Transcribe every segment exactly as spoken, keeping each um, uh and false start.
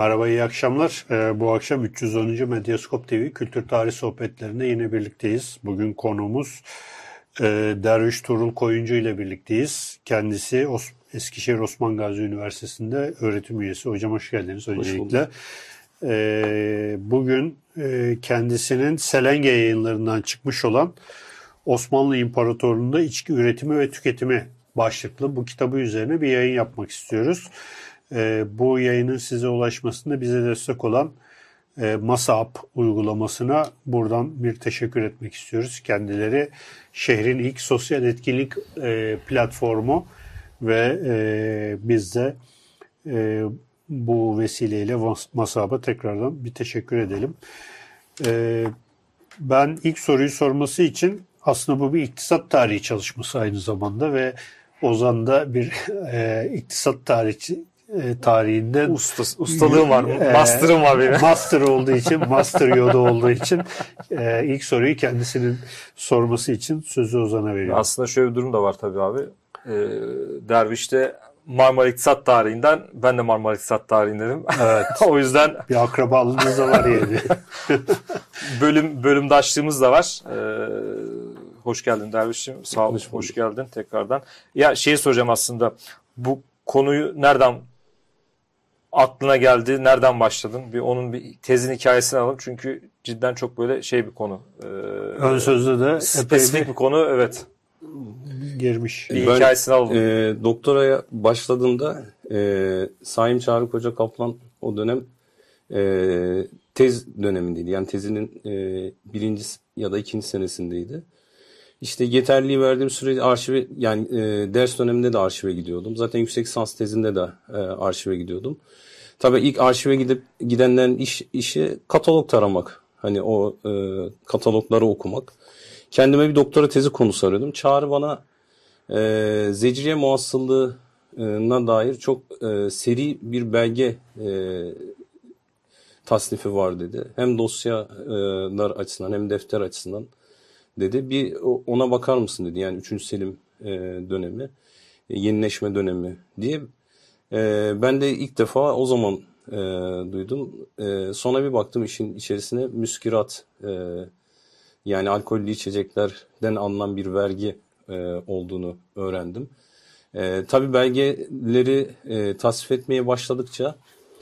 Merhaba, iyi akşamlar. Ee, bu akşam üç yüz onuncu Medyaskop T V Kültür Tarih Sohbetlerinde yine birlikteyiz. Bugün konuğumuz e, Derviş Tuğrul Koyuncu ile birlikteyiz. Kendisi Os- Eskişehir Osman Gazi Üniversitesi'nde öğretim üyesi. Hocam hoş geldiniz öncelikle. Ee, bugün e, kendisinin Selenge yayınlarından çıkmış olan Osmanlı İmparatorluğu'nda içki üretimi ve tüketimi başlıklı bu kitabı üzerine bir yayın yapmak istiyoruz. E, bu yayının size ulaşmasında bize destek olan e, MasaApp uygulamasına buradan bir teşekkür etmek istiyoruz. Kendileri şehrin ilk sosyal etkinlik e, platformu ve e, biz de e, bu vesileyle MasaApp'a tekrardan bir teşekkür edelim. E, ben ilk soruyu sorması için aslında bu bir iktisat tarihi çalışması aynı zamanda ve Ozan'da bir e, iktisat tarihi tarihinden Usta, ustalığım var, e, master'ım var benim. Master olduğu için, master yoda olduğu için e, ilk soruyu kendisinin sorması için sözü Ozan'a veriyorum. Aslında şöyle bir durum da var tabii abi. E, Derviş'te Marmara İktisat Tarihi'nden, ben de Marmara İktisat Tarihi'ndenim. Evet. O yüzden bir akrabalığınız da var yani. Bölüm bölümdaşlığımız da var. E, hoş geldin Derviş'im. Sağ ol, hoş, hoş geldin tekrardan. Ya şeyi soracağım aslında. Bu konuyu nereden aklına geldi? Nereden başladın? Bir onun bir tezin hikayesini alalım. Çünkü cidden çok böyle şey bir konu. Ee, Ön sözde de spesifik bir konu. Evet. Girmiş. Bir ben, hikayesini alalım. E, doktoraya başladığımda e, Saim Çağrı Koca Kaplan o dönem e, tez dönemindeydi. Yani tezinin e, birinci ya da ikinci senesindeydi. İşte yeterliği verdiğim sürece arşive, yani e, ders döneminde de arşive gidiyordum. Zaten yüksek lisans tezinde de e, arşive gidiyordum. Tabii ilk arşive gidip gidenlerin iş, işi katalog taramak. Hani o e, katalogları okumak. Kendime bir doktora tezi konusu arıyordum. Çağrı bana e, Zecriye Muhassıllığı'na dair çok e, seri bir belge e, tasnifi var dedi. Hem dosyalar açısından hem defter açısından dedi. Bir ona bakar mısın dedi. Yani üçüncü Selim e, dönemi, e, yenileşme dönemi diye. E, ben de ilk defa o zaman e, duydum. E, sonra bir baktım işin içerisine müskirat, e, yani alkollü içeceklerden alınan bir vergi e, olduğunu öğrendim. E, tabii belgeleri e, tasvip etmeye başladıkça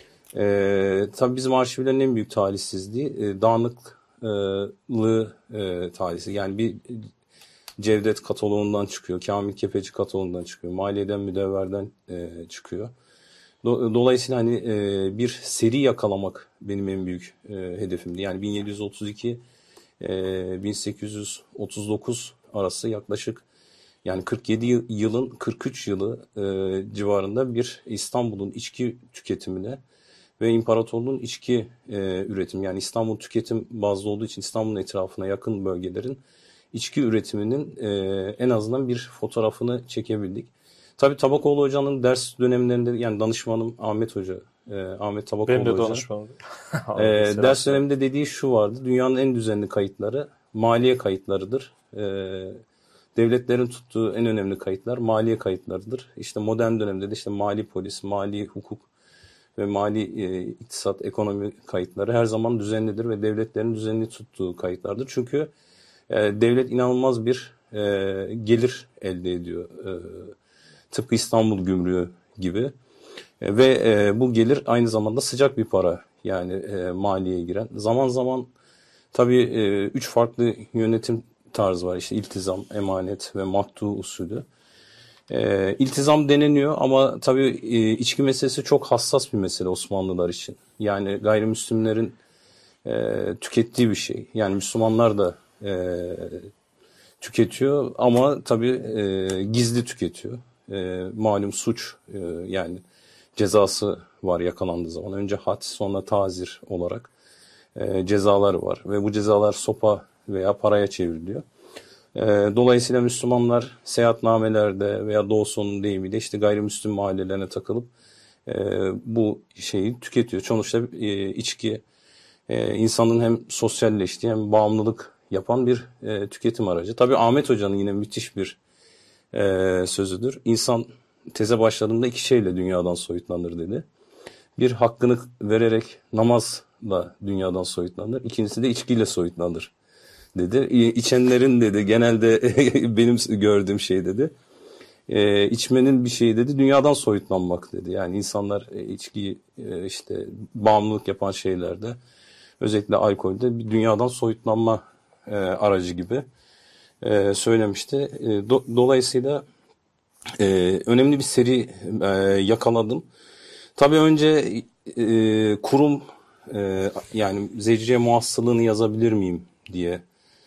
e, tabii bizim arşivlerin en büyük talihsizliği e, dağınık lığı e, talihsiz. Yani bir Cevdet kataloğundan çıkıyor, Kamil Kepeci kataloğundan çıkıyor, Maliye'den Müdevver'den e, çıkıyor. Do- Dolayısıyla hani e, bir seri yakalamak benim en büyük e, hedefimdi. Yani bin yedi yüz otuz iki e, bin sekiz yüz otuz dokuz arası yaklaşık yani kırk yedi yılın kırk üç yılı e, civarında bir İstanbul'un içki tüketimine ve imparatorluğun içki e, üretim, yani İstanbul tüketim bazlı olduğu için İstanbul'un etrafına yakın bölgelerin içki üretiminin e, en azından bir fotoğrafını çekebildik. Tabii Tabakoğlu Hoca'nın ders dönemlerinde, yani danışmanım Ahmet Hoca, e, Ahmet Tabakoğlu Benim de Hoca. danışmanım. e, ders döneminde dediği şu vardı: dünyanın en düzenli kayıtları maliye kayıtlarıdır. E, devletlerin tuttuğu en önemli kayıtlar maliye kayıtlarıdır. İşte modern dönemde de işte mali polis, mali hukuk ve mali e, iktisat, ekonomi kayıtları her zaman düzenlidir ve devletlerin düzenli tuttuğu kayıtlardır. Çünkü e, devlet inanılmaz bir e, gelir elde ediyor. E, tıpkı İstanbul Gümrüğü gibi. E, ve e, bu gelir aynı zamanda sıcak bir para, yani e, maliyeye giren. Zaman zaman tabii e, üç farklı yönetim tarzı var. İşte iltizam, emanet ve maktu usulü. E, iltizam deneniyor ama tabii e, içki meselesi çok hassas bir mesele Osmanlılar için. Yani gayrimüslimlerin e, tükettiği bir şey. Yani Müslümanlar da e, tüketiyor ama tabii e, gizli tüketiyor. E, malum suç, e, yani cezası var yakalandığı zaman. Önce had, sonra tazir olarak e, cezaları var ve bu cezalar sopa veya paraya çevriliyor. E, dolayısıyla Müslümanlar seyahatnamelerde veya Dawson'un deyimiyle işte gayrimüslim mahallelerine takılıp e, bu şeyi tüketiyor. Sonuçta e, içki e, insanın hem sosyalleştiği hem bağımlılık yapan bir e, tüketim aracı. Tabii Ahmet Hoca'nın yine müthiş bir e, sözüdür. İnsan teze başladığında iki şeyle dünyadan soyutlanır dedi. bir hakkını vererek namazla dünyadan soyutlanır. İkincisi de içkiyle soyutlanır dedi. İçenlerin dedi genelde benim gördüğüm şey dedi. E, içmenin bir şeyi dedi dünyadan soyutlanmak dedi. Yani insanlar e, içkiyi e, işte bağımlılık yapan şeylerde özellikle alkolde bir dünyadan soyutlanma e, aracı gibi e, söylemişti. E, do, dolayısıyla e, önemli bir seri e, yakaladım. Tabii önce e, kurum e, yani Zecriye Muhassalığını yazabilir miyim diye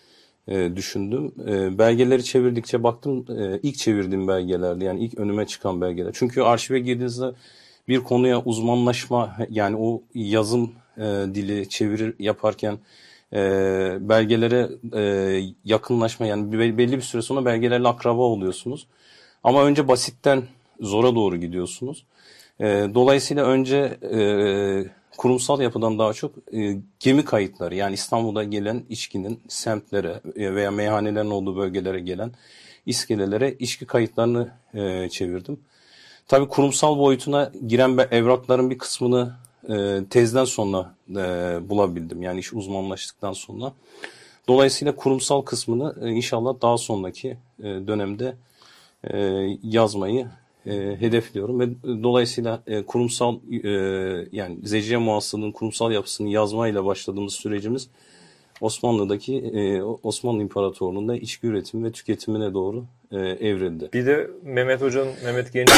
e, düşündüm. E, belgeleri çevirdikçe baktım e, ilk çevirdiğim belgelerde yani ilk önüme çıkan belgeler. Çünkü arşive girdiğinizde bir konuya uzmanlaşma yani o yazım e, dili çeviri yaparken e, belgelere e, yakınlaşma yani belli bir süre sonra belgelerle akraba oluyorsunuz. Ama önce basitten zora doğru gidiyorsunuz. E, dolayısıyla önce e, kurumsal yapıdan daha çok e, gemi kayıtları yani İstanbul'da gelen içkinin semtlere e, veya meyhanelerin olduğu bölgelere gelen iskelelere içki kayıtlarını e, çevirdim. Tabii kurumsal boyutuna giren evrakların bir kısmını e, tezden sonra e, bulabildim. Yani iş uzmanlaştıktan sonra. Dolayısıyla kurumsal kısmını e, inşallah daha sonraki e, dönemde e, yazmayı e, hedefliyorum. Ve dolayısıyla e, kurumsal e, yani Zecriye Muhassalığı'nın kurumsal yapısını yazmayla başladığımız sürecimiz Osmanlı'daki e, Osmanlı İmparatorluğu'nda içki üretimi ve tüketimine doğru e, evrildi. Bir de Mehmet Hoca'nın, Mehmet Genç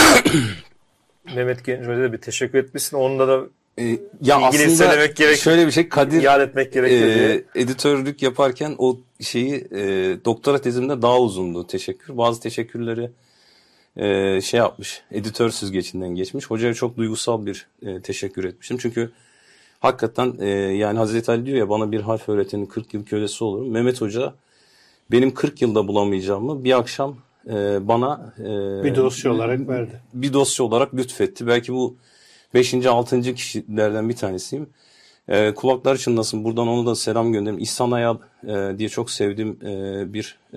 Mehmet Genç Hoca'ya da bir teşekkür etmişsin. Onda da e, ya aslında söylemek gerek, şöyle bir şey Kadir iade etmek gerekiyor e, diye. Editörlük yaparken o şeyi e, doktora tezimde daha uzundu teşekkür. Bazı teşekkürleri e, şey yapmış. Editör süzgecinden geçmiş. Hocaya çok duygusal bir e, teşekkür etmişim. Çünkü hakikaten e, yani Hazreti Ali diyor ya bana bir harf öğretenin kırk yıl kölesi olurum. Mehmet Hoca benim kırk yılda bulamayacağımı bir akşam e, bana e, bir dosya olarak verdi. Bir dosya olarak lütfetti. Belki bu beşinci altıncı kişilerden bir tanesiyim. E, kulaklar çınlasın. Buradan ona da selam gönderim. İhsan Ayal e, diye çok sevdiğim e, bir e,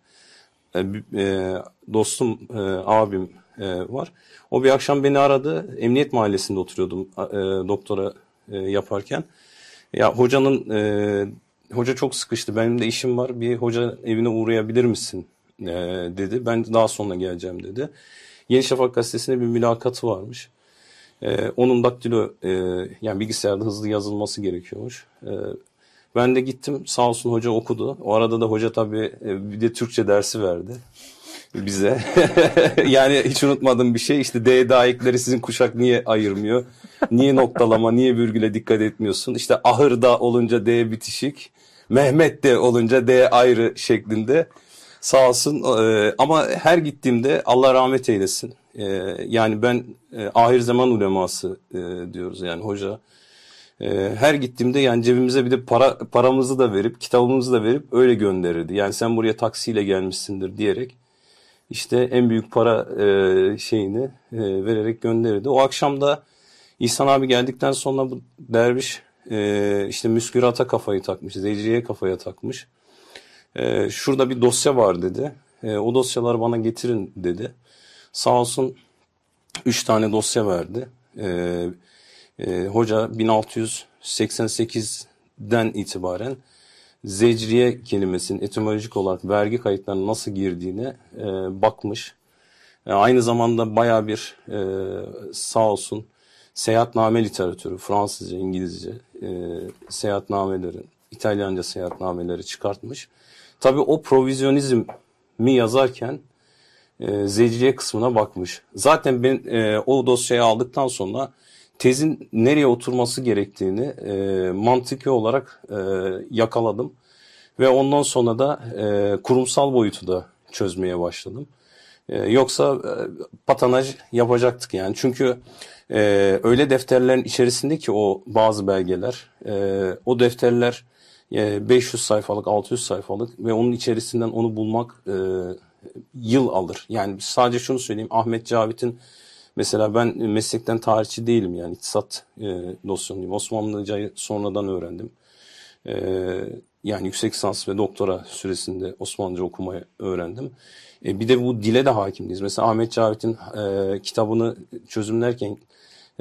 e, dostum, e, abim e, var. O bir akşam beni aradı. Emniyet Mahallesi'nde oturuyordum e, doktora e, yaparken. Ya hocanın e, hoca çok sıkıştı. Benim de işim var. Bir hoca evine uğrayabilir misin e, dedi. Ben daha sonra geleceğim dedi. Yeni Şafak gazetesinde bir mülakatı varmış. E, onun daktilo e, yani bilgisayarda hızlı yazılması gerekiyormuş. E, ben de gittim. Sağ olsun hoca okudu. O arada da hoca tabii e, bir de Türkçe dersi verdi bize. Yani hiç unutmadığım bir şey işte D daikleri sizin kuşak niye ayırmıyor? Niye noktalama, niye virgüle dikkat etmiyorsun? İşte ahırda olunca D bitişik, Mehmet de olunca D ayrı şeklinde. Sağ olsun e, ama her gittiğimde Allah rahmet eylesin. E, yani ben e, ahir zaman uleması e, diyoruz yani hoca. E, her gittiğimde yani cebimize bir de para paramızı da verip kitabımızı da verip öyle gönderirdi. Yani sen buraya taksiyle gelmişsindir diyerek işte en büyük para e, şeyini e, vererek gönderirdi. O akşam da İhsan abi geldikten sonra bu derviş e, işte müskürata kafayı takmış, Zecriye'ye kafaya takmış. E, şurada bir dosya var dedi. E, o dosyaları bana getirin dedi. Sağ olsun üç tane dosya verdi. E, e, hoca bin altı yüz seksen sekizden itibaren Zecriye kelimesinin etimolojik olarak vergi kayıtlarına nasıl girdiğine e, bakmış. E, aynı zamanda baya bir e, sağ olsun seyahatname literatürü, Fransızca, İngilizce e, seyahatnamelerin, İtalyanca seyahatnameleri çıkartmış. Tabii o provizyonizmi yazarken e, Zecriye kısmına bakmış. Zaten ben e, o dosyayı aldıktan sonra tezin nereye oturması gerektiğini e, mantıki olarak e, yakaladım. Ve ondan sonra da e, kurumsal boyutu da çözmeye başladım. E, yoksa e, patanaj yapacaktık yani. Çünkü e, öyle defterlerin içerisinde ki o bazı belgeler, e, o defterler e, beş yüz sayfalık, altı yüz sayfalık ve onun içerisinden onu bulmak e, yıl alır. Yani sadece şunu söyleyeyim, Ahmet Cavit'in mesela ben meslekten tarihçi değilim yani iktisat e, dosyonuyum. Osmanlıcayı sonradan öğrendim. E, yani yüksek lisans ve doktora süresinde Osmanlıca okumayı öğrendim. E, bir de bu dile de hakim değiliz. Mesela Ahmet Cavit'in e, kitabını çözümlerken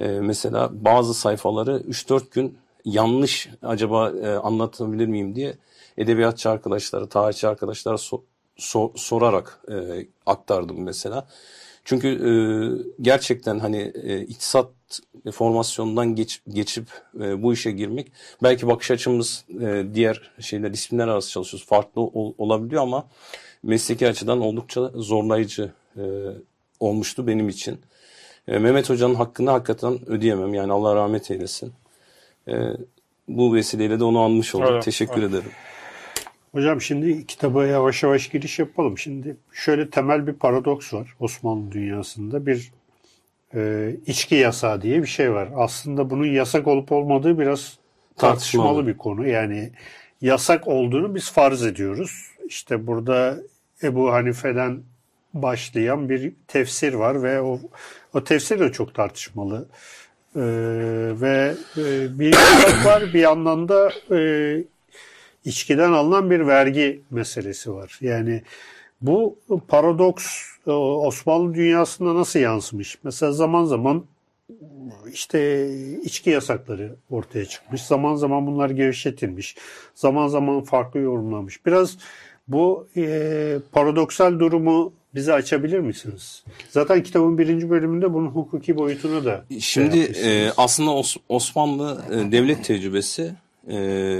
e, mesela bazı sayfaları üç dört gün yanlış acaba e, anlatabilir miyim diye edebiyatçı arkadaşlara, tarihçi arkadaşlara so, so, sorarak e, aktardım mesela. Çünkü e, gerçekten hani e, iktisat formasyonundan geç, geçip e, bu işe girmek, belki bakış açımız e, diğer şeyler, disiplinler arası çalışıyoruz, farklı ol, olabiliyor ama mesleki açıdan oldukça zorlayıcı e, olmuştu benim için. E, Mehmet Hoca'nın hakkını hakikaten ödeyemem. Yani Allah rahmet eylesin. E, bu vesileyle de onu anmış olduk. Evet, Teşekkür evet. ederim. Hocam şimdi kitaba yavaş yavaş giriş yapalım. Şimdi şöyle temel bir paradoks var Osmanlı dünyasında. Bir e, içki yasağı diye bir şey var. Aslında bunun yasak olup olmadığı biraz tartışmalı, Tartışmalı. bir konu. Yani yasak olduğunu biz farz ediyoruz. İşte burada Ebu Hanife'den başlayan bir tefsir var ve o, o tefsir de çok tartışmalı. Ee, ve e, bir yasak var, bir yandan da e, içkiden alınan bir vergi meselesi var. Yani bu paradoks e, Osmanlı dünyasında nasıl yansımış? Mesela zaman zaman işte içki yasakları ortaya çıkmış. Zaman zaman bunlar gevşetilmiş. Zaman zaman farklı yorumlanmış. Biraz bu e, paradoksal durumu bize açabilir misiniz? Zaten kitabın birinci bölümünde bunun hukuki boyutunu da Şimdi şey e, aslında Os- Osmanlı e, devlet tecrübesi e,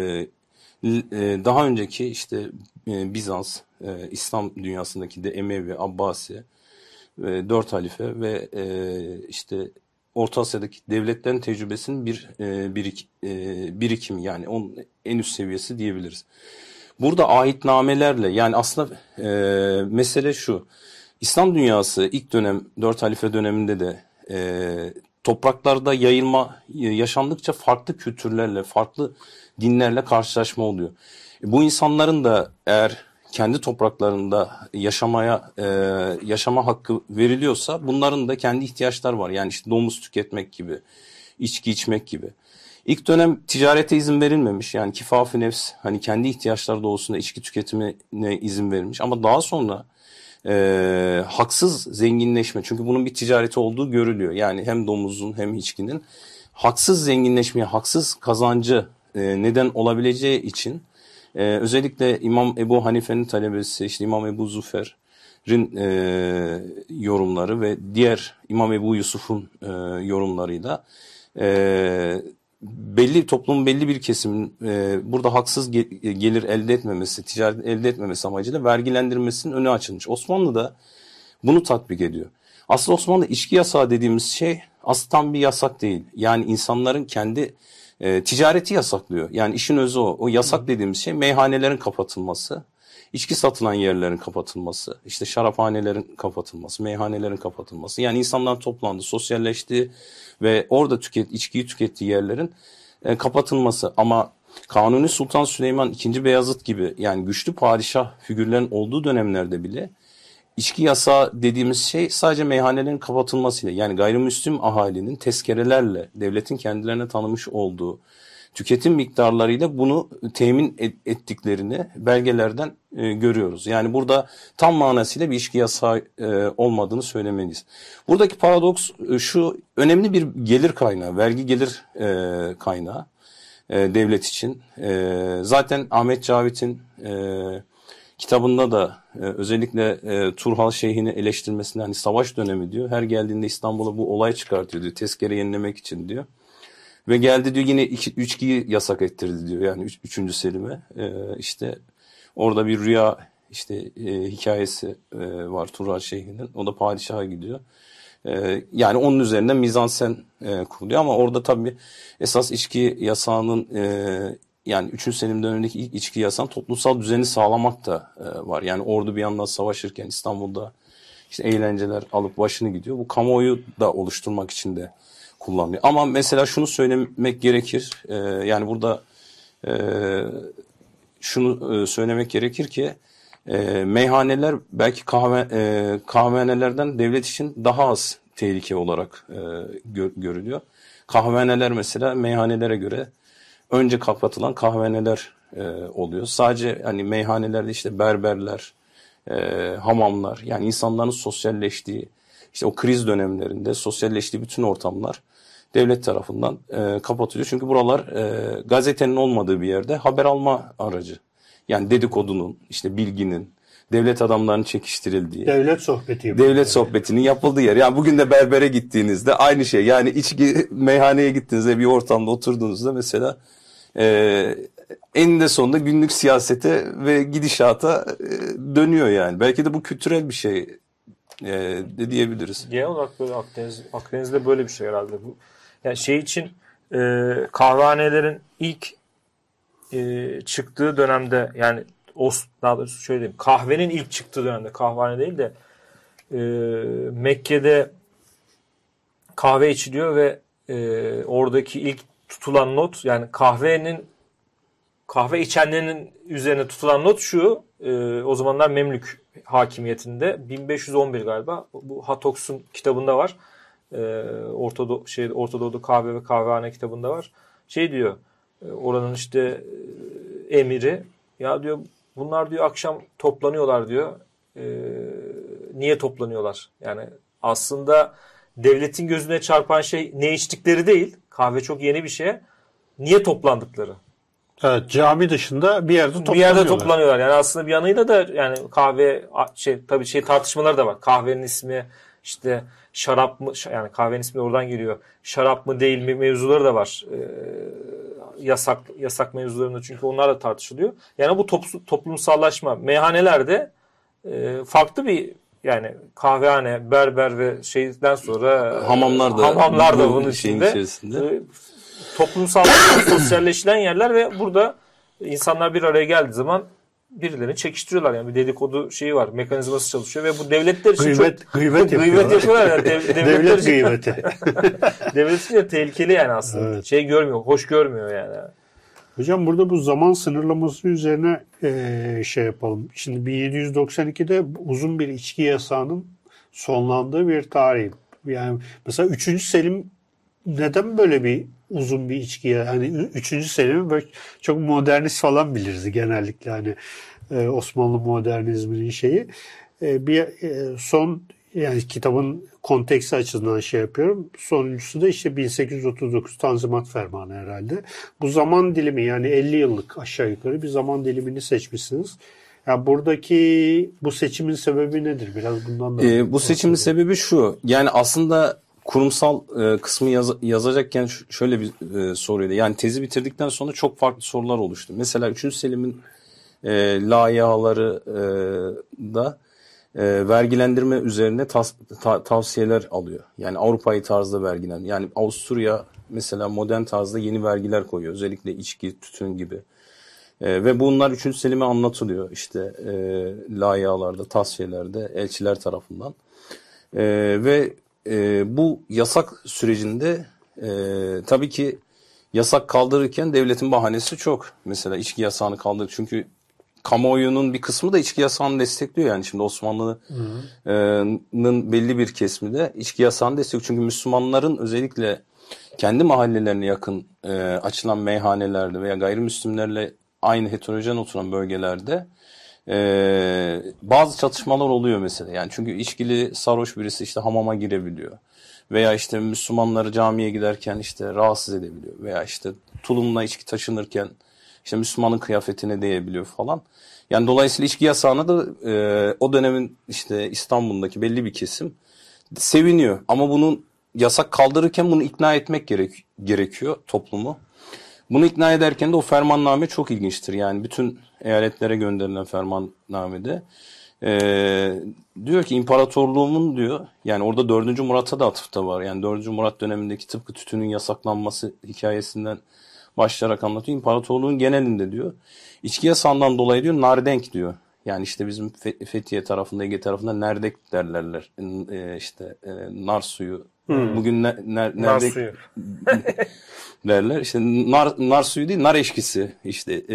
e, daha önceki işte e, Bizans, e, İslam dünyasındaki de Emevi, Abbasi, e, dört halife ve e, işte Orta Asya'daki devletlerin tecrübesinin bir e, birik, e, birikimi, yani onun en üst seviyesi diyebiliriz. Burada ahitnamelerle, yani aslında e, mesele şu: İslam dünyası ilk dönem dört halife döneminde de e, topraklarda yayılma yaşandıkça farklı kültürlerle, farklı dinlerle karşılaşma oluyor. Bu insanların da eğer kendi topraklarında yaşamaya e, yaşama hakkı veriliyorsa, bunların da kendi ihtiyaçları var. Yani işte domuz tüketmek gibi, içki içmek gibi. İlk dönem ticarete izin verilmemiş. Yani kifaf-ı nefs, hani kendi ihtiyaçları doğrultusunda içki tüketimine izin verilmiş. Ama daha sonra e, haksız zenginleşme, çünkü bunun bir ticareti olduğu görülüyor. Yani hem domuzun hem içkinin haksız zenginleşmeye, haksız kazancı e, neden olabileceği için e, özellikle İmam Ebu Hanife'nin talebesi, işte İmam Ebu Züfer'in e, yorumları ve diğer İmam Ebu Yusuf'un e, yorumlarıyla e, belli toplumun belli bir kesimin e, burada haksız ge- gelir elde etmemesi, ticaret elde etmemesi amacıyla vergilendirmesinin önü açılmış. Osmanlı da bunu tatbik ediyor. Aslında Osmanlı içki yasağı dediğimiz şey aslında tam bir yasak değil. Yani insanların kendi e, ticareti yasaklıyor. Yani işin özü o. O yasak dediğimiz şey meyhanelerin kapatılması, içki satılan yerlerin kapatılması, işte şaraphanelerin kapatılması, meyhanelerin kapatılması. Yani insanlar toplandı, sosyalleşti ve orada tüket, içkiyi tükettiği yerlerin e, kapatılması. Ama Kanuni Sultan Süleyman ikinci. Beyazıt gibi, yani güçlü padişah figürlerin olduğu dönemlerde bile İçki yasağı dediğimiz şey sadece meyhanelerin kapatılmasıyla, yani gayrimüslim ahalinin tezkerelerle devletin kendilerine tanımış olduğu tüketim miktarlarıyla bunu temin ettiklerini belgelerden e, görüyoruz. Yani burada tam manasıyla bir içki yasağı e, olmadığını söylemeliyiz. Buradaki paradoks e, şu: önemli bir gelir kaynağı, vergi gelir e, kaynağı e, devlet için. E, zaten Ahmet Cavit'in e, kitabında da e, özellikle e, Turhal Şeyh'ini eleştirmesinde, hani savaş dönemi diyor, her geldiğinde İstanbul'a bu olay çıkartıyor diyor, tezkere yenilemek için diyor. Ve geldi diyor yine iki, içkiyi yasak ettirdi diyor, yani üç, üçüncü Selim'e. E, işte orada bir rüya işte e, hikayesi e, var Turhal Şeyh'inin, o da padişaha gidiyor. E, yani onun üzerinden mizansen e, kuruluyor ama orada tabii esas içki yasağının e, yani üçüncü Selim dönemindeki ilk içki yasağının toplumsal düzeni sağlamak da e, var. Yani ordu bir yandan savaşırken İstanbul'da işte eğlenceler alıp başını gidiyor. Bu kamuoyu da oluşturmak için de kullanılıyor. Ama mesela şunu söylemek gerekir. E, yani burada e, şunu e, söylemek gerekir ki e, meyhaneler belki kahve e, kahvehanelerden devlet için daha az tehlike olarak e, gör, görülüyor. Kahvehaneler mesela meyhanelere göre önce kapatılan kahvehaneler e, oluyor. Sadece hani meyhanelerde işte berberler, e, hamamlar, yani insanların sosyalleştiği, işte o kriz dönemlerinde sosyalleştiği bütün ortamlar devlet tarafından e, kapatılıyor. Çünkü buralar e, gazetenin olmadığı bir yerde haber alma aracı. Yani dedikodunun, işte bilginin, devlet adamlarının çekiştirildiği. Devlet sohbeti yapıyor. Devlet sohbetinin yapıldığı yer. Yani bugün de berbere gittiğinizde aynı şey. Yani içki meyhaneye gittiğinizde bir ortamda oturduğunuzda mesela e, eninde sonunda günlük siyasete ve gidişata e, dönüyor yani. Belki de bu kültürel bir şey e, de diyebiliriz. Genel olarak böyle Akdeniz, Akdeniz'de böyle bir şey herhalde. Bu, yani şey için e, kahvehanelerin ilk e, çıktığı dönemde yani Os, daha doğrusu şöyle diyeyim, kahvenin ilk çıktığı dönemde kahvehane değil de e, Mekke'de kahve içiliyor ve e, oradaki ilk tutulan not yani kahvenin kahve içenlerin üzerine tutulan not şu e, o zamanlar Memlük hakimiyetinde bin beş yüz on bir galiba bu Hatoks'un kitabında var. E, Orta Doğu, şey Orta Doğu'da kahve ve kahvehane kitabında var. Şey diyor e, oranın işte e, emiri ya diyor bunlar diyor akşam toplanıyorlar diyor. E, niye toplanıyorlar? Yani aslında devletin gözüne çarpan şey ne içtikleri değil. Kahve çok yeni bir şey. Niye toplandıkları? Evet, cami dışında bir yerde toplanıyorlar. Bir yerde toplanıyorlar. Yani aslında bir yanıyla da yani kahve şey tabii şey tartışmaları da var. Kahvenin ismi işte şarap mı yani kahvenin ismi oradan geliyor. Şarap mı değil mi mevzuları da var. Ee, yasak yasak mevzularında çünkü onlar da tartışılıyor. Yani bu top, toplumsallaşma meyhanelerde e, farklı bir yani kahvehane, berber ve şeyden sonra hamamlar da hamamlar da bunun şeyin içinde. içerisinde. E, toplumsal sosyalleşilen yerler ve burada insanlar bir araya geldiği zaman birilerini çekiştiriyorlar. Yani bir dedikodu şeyi var. Mekanizması çalışıyor ve bu devletler için gıybet, çok gıybet, gıybet yapıyorlar. Yani dev, devlet gıybeti. Devlet için de tehlikeli yani aslında. Evet. Şey görmüyor, hoş görmüyor yani. Hocam burada bu zaman sınırlaması üzerine e, şey yapalım. Şimdi bin yedi yüz doksan ikide uzun bir içki yasağının sonlandığı bir tarih. Yani mesela üçüncü Selim neden böyle bir uzun bir içki yani üçüncü Selim'i böyle çok modernist falan biliriz genellikle hani e, Osmanlı modernizminin şeyi. E, bir e, son yani kitabın konteksti açısından şey yapıyorum. Sonuncusu da işte bin sekiz yüz otuz dokuz Tanzimat Fermanı herhalde. Bu zaman dilimi yani elli yıllık aşağı yukarı bir zaman dilimini seçmişsiniz. Yani buradaki bu seçimin sebebi nedir? Biraz bundan da. Ee, bu seçimin sebebi şu. Yani aslında kurumsal e, kısmı yaz, yazacakken ş- şöyle bir e, soruydu. Yani tezi bitirdikten sonra çok farklı sorular oluştu. Mesela üçüncü Selim'in e, layihaları e, da e, vergilendirme üzerine tas, ta, tavsiyeler alıyor. Yani Avrupa'yı tarzda vergilendirme. Yani Avusturya mesela modern tarzda yeni vergiler koyuyor. Özellikle içki, tütün gibi. E, ve bunlar üçüncü Selim'e anlatılıyor. İşte e, layihalarda, tavsiyelerde elçiler tarafından. E, ve e, bu yasak sürecinde e, tabii ki yasak kaldırırken devletin bahanesi çok. Mesela içki yasağını kaldırır. Çünkü kamuoyunun bir kısmı da içki yasağını destekliyor. Yani şimdi Osmanlı'nın belli bir kesimi de içki yasağını destekliyor. Çünkü Müslümanların özellikle kendi mahallelerine yakın e, açılan meyhanelerde veya gayrimüslimlerle aynı heterojen oturan bölgelerde e, bazı çatışmalar oluyor mesela. Yani çünkü içkili sarhoş birisi işte hamama girebiliyor. Veya işte Müslümanları camiye giderken işte rahatsız edebiliyor. Veya işte tulumla içki taşınırken işte Müslümanın kıyafetine değebiliyor falan. Yani dolayısıyla içki yasağına da e, o dönemin işte İstanbul'daki belli bir kesim seviniyor. Ama bunun yasak kaldırırken bunu ikna etmek gerek, gerekiyor toplumu. Bunu ikna ederken de o fermanname çok ilginçtir. Yani bütün eyaletlere gönderilen fermannamede e, diyor ki imparatorluğumun diyor yani orada dördüncü Murat'a da atıfta var. Yani dördüncü Murat dönemindeki tıpkı tütünün yasaklanması hikayesinden başlayarak anlatıyor. İmparatorluğun genelinde diyor. İçki yasağından dolayı diyor nardenk diyor. Yani işte bizim Fethiye tarafında, Ege tarafında nerdek derlerler. E, işte e, nar suyu. Hmm. Bugün ne, ner, nar suyu derler. İşte nar, nar suyu değil, nar eşkisi. İşte e,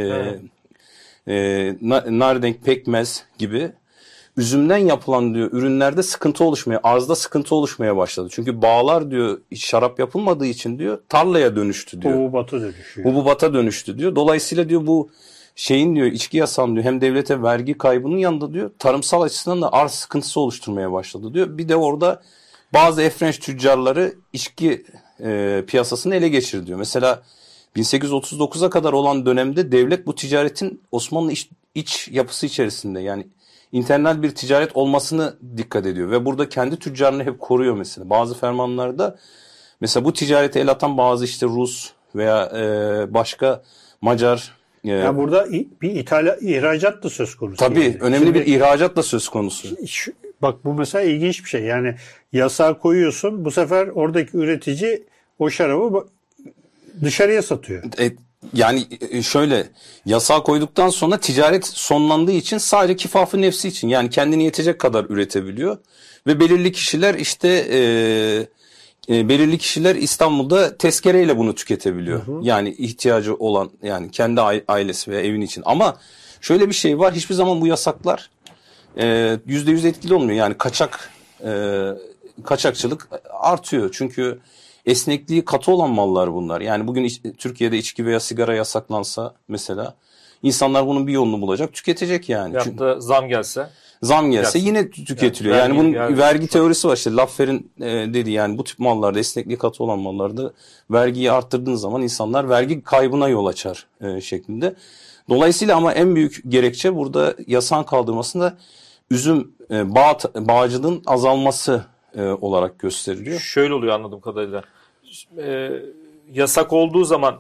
e, nardenk, pekmez gibi üzümden yapılan diyor ürünlerde sıkıntı oluşmaya, arzda sıkıntı oluşmaya başladı. Çünkü bağlar diyor hiç şarap yapılmadığı için diyor tarlaya dönüştü diyor. Hububata dönüşüyor. Hububata dönüştü diyor. Dolayısıyla diyor bu şeyin diyor içki yasağının diyor hem devlete vergi kaybının yanında diyor tarımsal açısından da arz sıkıntısı oluşturmaya başladı diyor. Bir de orada bazı Efrenç tüccarları içki e, piyasasını ele geçirdi diyor. Mesela bin sekiz yüz otuz dokuza kadar olan dönemde devlet bu ticaretin Osmanlı iç, iç yapısı içerisinde yani internal bir ticaret olmasını dikkat ediyor. Ve burada kendi tüccarını hep koruyor mesela. Bazı fermanlarda mesela bu ticarete el atan bazı işte Rus veya e, başka Macar. E, yani burada bir ithal, ihracat da söz konusu. Tabii yani. önemli Şimdi, bir ihracat da söz konusu. Şu, bak bu mesela ilginç bir şey. Yani yasağı koyuyorsun, bu sefer oradaki üretici o şarabı dışarıya satıyor. E, yani şöyle yasağı koyduktan sonra ticaret sonlandığı için sadece kifafı nefsi için yani kendini yetecek kadar üretebiliyor. Ve belirli kişiler işte e, e, belirli kişiler İstanbul'da tezkereyle bunu tüketebiliyor. Hı hı. Yani ihtiyacı olan yani kendi ailesi veya evin için. Ama şöyle bir şey var, hiçbir zaman bu yasaklar e, yüzde yüz etkili olmuyor. Yani kaçak e, kaçakçılık artıyor. Çünkü esnekliği katı olan mallar bunlar. Yani bugün iç, Türkiye'de içki veya sigara yasaklansa mesela insanlar bunun bir yolunu bulacak, tüketecek yani. Ya da zam gelse. Zam gelse gelsin. Yine tüketiliyor. Yani, yani bunun vergi, vergi teorisi var işte. Laffer'in e, dediği yani bu tip mallarda, esnekliği katı olan mallarda vergiyi arttırdığın zaman insanlar vergi kaybına yol açar e, şeklinde. Dolayısıyla ama en büyük gerekçe burada yasağın kaldırmasında üzüm e, bağ, bağcılığın azalması e, olarak gösteriliyor. Şöyle oluyor anladığım kadarıyla. E, yasak olduğu zaman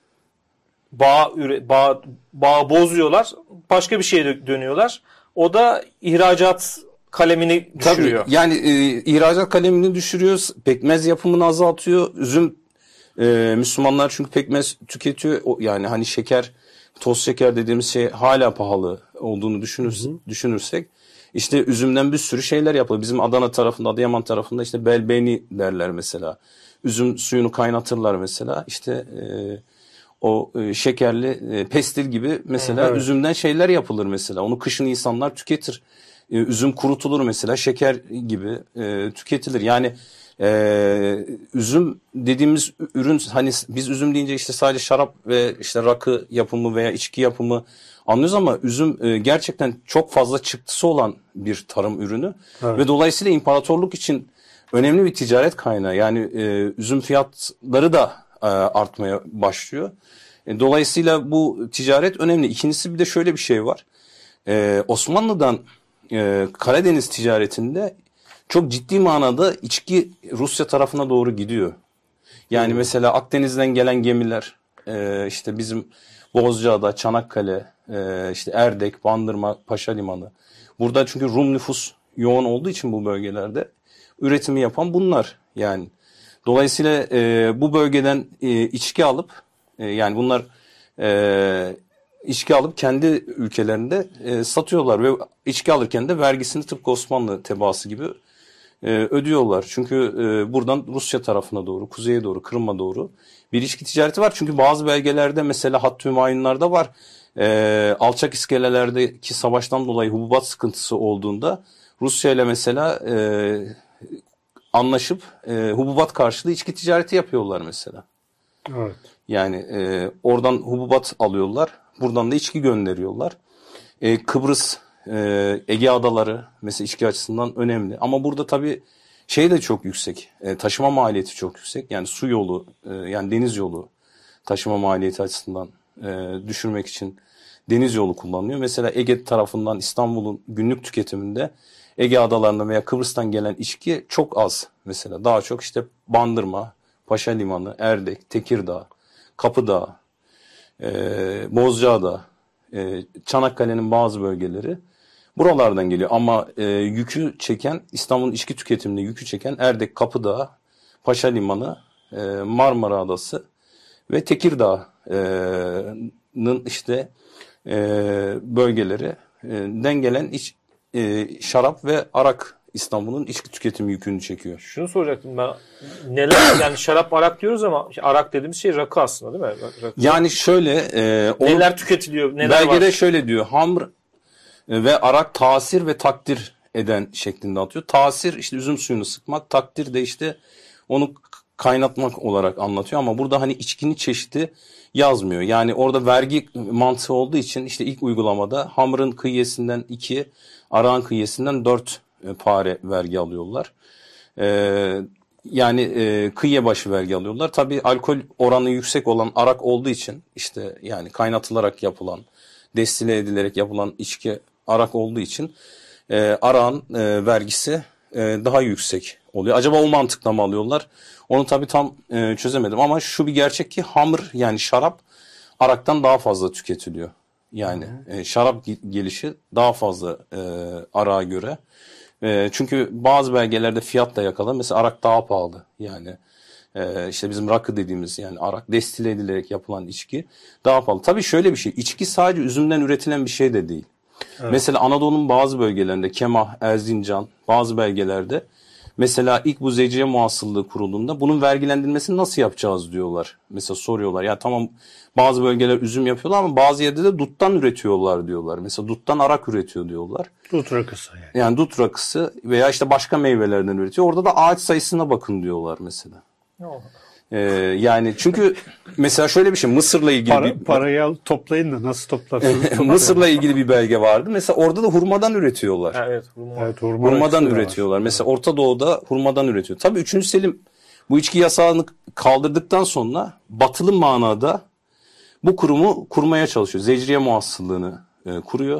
bağ, bağ, bağ bozuyorlar. Başka bir şeye dönüyorlar. O da ihracat kalemini düşürüyor. Tabii yani e, ihracat kalemini düşürüyor. Pekmez yapımını azaltıyor. Üzüm e, Müslümanlar çünkü pekmez tüketiyor. O, yani hani şeker, toz şeker dediğimiz şey hala pahalı olduğunu düşünür, düşünürsek işte üzümden bir sürü şeyler yapılıyor. Bizim Adana tarafında, Adıyaman tarafında işte belbeni derler mesela. Üzüm suyunu kaynatırlar mesela. İşte e, o e, şekerli e, pestil gibi mesela evet. Üzümden şeyler yapılır mesela. Onu kışın insanlar tüketir. E, üzüm kurutulur mesela, şeker gibi e, tüketilir. Yani e, üzüm dediğimiz ürün, hani biz üzüm deyince işte sadece şarap ve işte rakı yapımı veya içki yapımı anlıyoruz ama üzüm e, gerçekten çok fazla çıktısı olan bir tarım ürünü evet. Ve dolayısıyla imparatorluk için önemli bir ticaret kaynağı. Yani e, üzüm fiyatları da e, artmaya başlıyor. E, dolayısıyla bu ticaret önemli. İkincisi bir de şöyle bir şey var. E, Osmanlı'dan e, Karadeniz ticaretinde çok ciddi manada içki Rusya tarafına doğru gidiyor. Yani hmm. mesela Akdeniz'den gelen gemiler e, işte bizim Bozcaada, Çanakkale, e, işte Erdek, Bandırma, Paşa Limanı. Burada çünkü Rum nüfus yoğun olduğu için bu bölgelerde üretimi yapan bunlar yani. Dolayısıyla e, bu bölgeden e, içki alıp e, yani bunlar e, içki alıp kendi ülkelerinde e, satıyorlar ve içki alırken de vergisini tıpkı Osmanlı tebaası gibi e, ödüyorlar. Çünkü e, buradan Rusya tarafına doğru, kuzeye doğru, Kırım'a doğru bir içki ticareti var. Çünkü bazı belgelerde mesela Hattı Hümayunlar'da var. E, alçak iskelelerdeki savaştan dolayı hububat sıkıntısı olduğunda Rusya ile mesela e, anlaşıp e, hububat karşılığı içki ticareti yapıyorlar mesela. Evet. Yani e, oradan hububat alıyorlar, buradan da içki gönderiyorlar. E, Kıbrıs, e, Ege Adaları mesela içki açısından önemli. Ama burada tabii şey de çok yüksek, e, taşıma maliyeti çok yüksek. Yani su yolu, e, yani deniz yolu taşıma maliyeti açısından e, düşürmek için deniz yolu kullanılıyor. Mesela Ege tarafından İstanbul'un günlük tüketiminde Ege Adalarına veya Kıbrıs'tan gelen içki çok az mesela. Daha çok işte Bandırma, Paşa Limanı, Erdek, Tekirdağ, Kapıdağ, e, Bozcaada, e, Çanakkale'nin bazı bölgeleri buralardan geliyor. Ama e, yükü çeken, İstanbul'un içki tüketiminde yükü çeken Erdek, Kapıdağ, Paşa Limanı, e, Marmara Adası ve Tekirdağ'ın işte e, bölgelerinden gelen iç, e, şarap ve arak İstanbul'un içki tüketimi yükünü çekiyor. Şunu soracaktım ben. Neler yani şarap arak diyoruz ama arak dediğimiz şey rakı aslında değil mi? Rakı. Yani şöyle e, neler tüketiliyor? Neler belgede var? şöyle diyor. Hamr ve arak tasir ve takdir eden şeklinde atıyor. Tasir işte üzüm suyunu sıkmak, takdir de işte onu kaynatmak olarak anlatıyor ama burada hani içkinin çeşidi yazmıyor. Yani orada vergi mantığı olduğu için işte ilk uygulamada hamrın kıyesinden iki, arağın kıyesinden dört pare vergi alıyorlar. Ee, Yani e, kıyıya başı vergi alıyorlar. Tabii alkol oranı yüksek olan arak olduğu için, işte yani kaynatılarak yapılan, destile edilerek yapılan içki arak olduğu için e, arağın e, vergisi e, daha yüksek oluyor. Acaba o mantıkla mı alıyorlar? Onu tabii tam e, çözemedim ama şu bir gerçek ki hamr, yani şarap araktan daha fazla tüketiliyor. Yani e, şarap gelişi daha fazla e, arağa göre. E, çünkü bazı belgelerde fiyat da yakala. Mesela arak daha pahalı. Yani e, işte bizim rakı dediğimiz, yani arak destile edilerek yapılan içki daha pahalı. Tabii şöyle bir şey. İçki sadece üzümden üretilen bir şey de değil. Evet. Mesela Anadolu'nun bazı bölgelerinde Kemah, Erzincan, bazı belgelerde mesela ilk bu Zecriye Muhasıllığı kurulduğunda bunun vergilendirilmesini nasıl yapacağız diyorlar. Mesela soruyorlar. Ya tamam, bazı bölgeler üzüm yapıyorlar ama bazı yerde de duttan üretiyorlar diyorlar. Mesela duttan arak üretiyor diyorlar. Dut rakısı yani. Yani dut rakısı veya işte başka meyvelerden üretiyor. Orada da ağaç sayısına bakın diyorlar mesela. Oh. Ee, yani çünkü mesela şöyle bir şey, Mısır'la ilgili Para, bir... Parayı al, toplayın da nasıl toplarsınız? Mısır'la ilgili bir belge vardı. Mesela orada da hurmadan üretiyorlar. Evet, hurma. Evet, hurma hurmadan üretiyorlar. Mesela Orta Doğu'da hurmadan üretiyor. Tabii üçüncü Selim bu içki yasağını kaldırdıktan sonra batılı manada bu kurumu kurmaya çalışıyor. Zecriye Muhasıllığını e, kuruyor.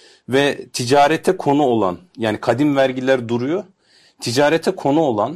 Ve ticarete konu olan, yani kadim vergiler duruyor. Ticarete konu olan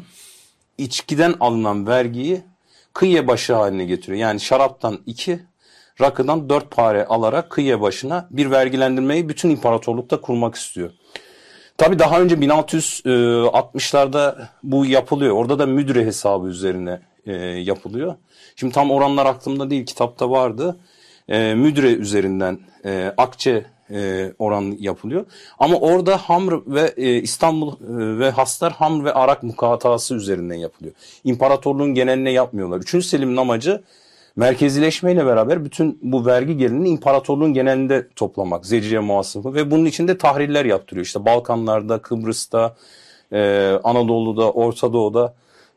içkiden alınan vergiyi kıyıya başı haline getiriyor. Yani şaraptan iki, rakıdan dört pare alarak kıyıya başına bir vergilendirmeyi bütün imparatorlukta kurmak istiyor. Tabii daha önce bin altı yüz altmışlarda bu yapılıyor. Orada da müdüre hesabı üzerine e, yapılıyor. Şimdi tam oranlar aklımda değil, kitapta vardı. E, müdüre üzerinden e, akçe e, oran yapılıyor. Ama orada hamr ve e, İstanbul e, ve hastar hamr ve arak mukatası üzerinden yapılıyor. İmparatorluğun geneline yapmıyorlar. Üçüncü Selim'in amacı merkezileşmeyle beraber bütün bu vergi gelirini imparatorluğun genelinde toplamak. Zecriye Muhasılığı ve bunun için de tahriller yaptırıyor. İşte Balkanlarda, Kıbrıs'ta, e, Anadolu'da, Orta Doğu'da,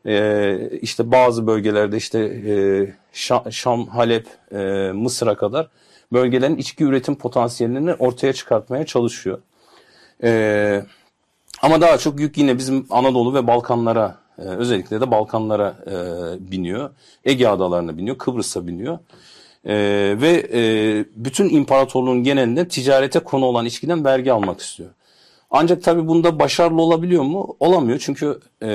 e, işte bazı bölgelerde işte e, Şam, Şam, Halep, e, Mısır'a kadar bölgelerin içki üretim potansiyelini ortaya çıkartmaya çalışıyor. E, ama daha çok yük yine bizim Anadolu ve Balkanlara, e, özellikle de Balkanlara e, biniyor. Ege adalarına biniyor, Kıbrıs'a biniyor. E, ve e, bütün imparatorluğun genelinde ticarete konu olan içkiden vergi almak istiyor. Ancak tabii bunda başarılı olabiliyor mu? Olamıyor. Çünkü e,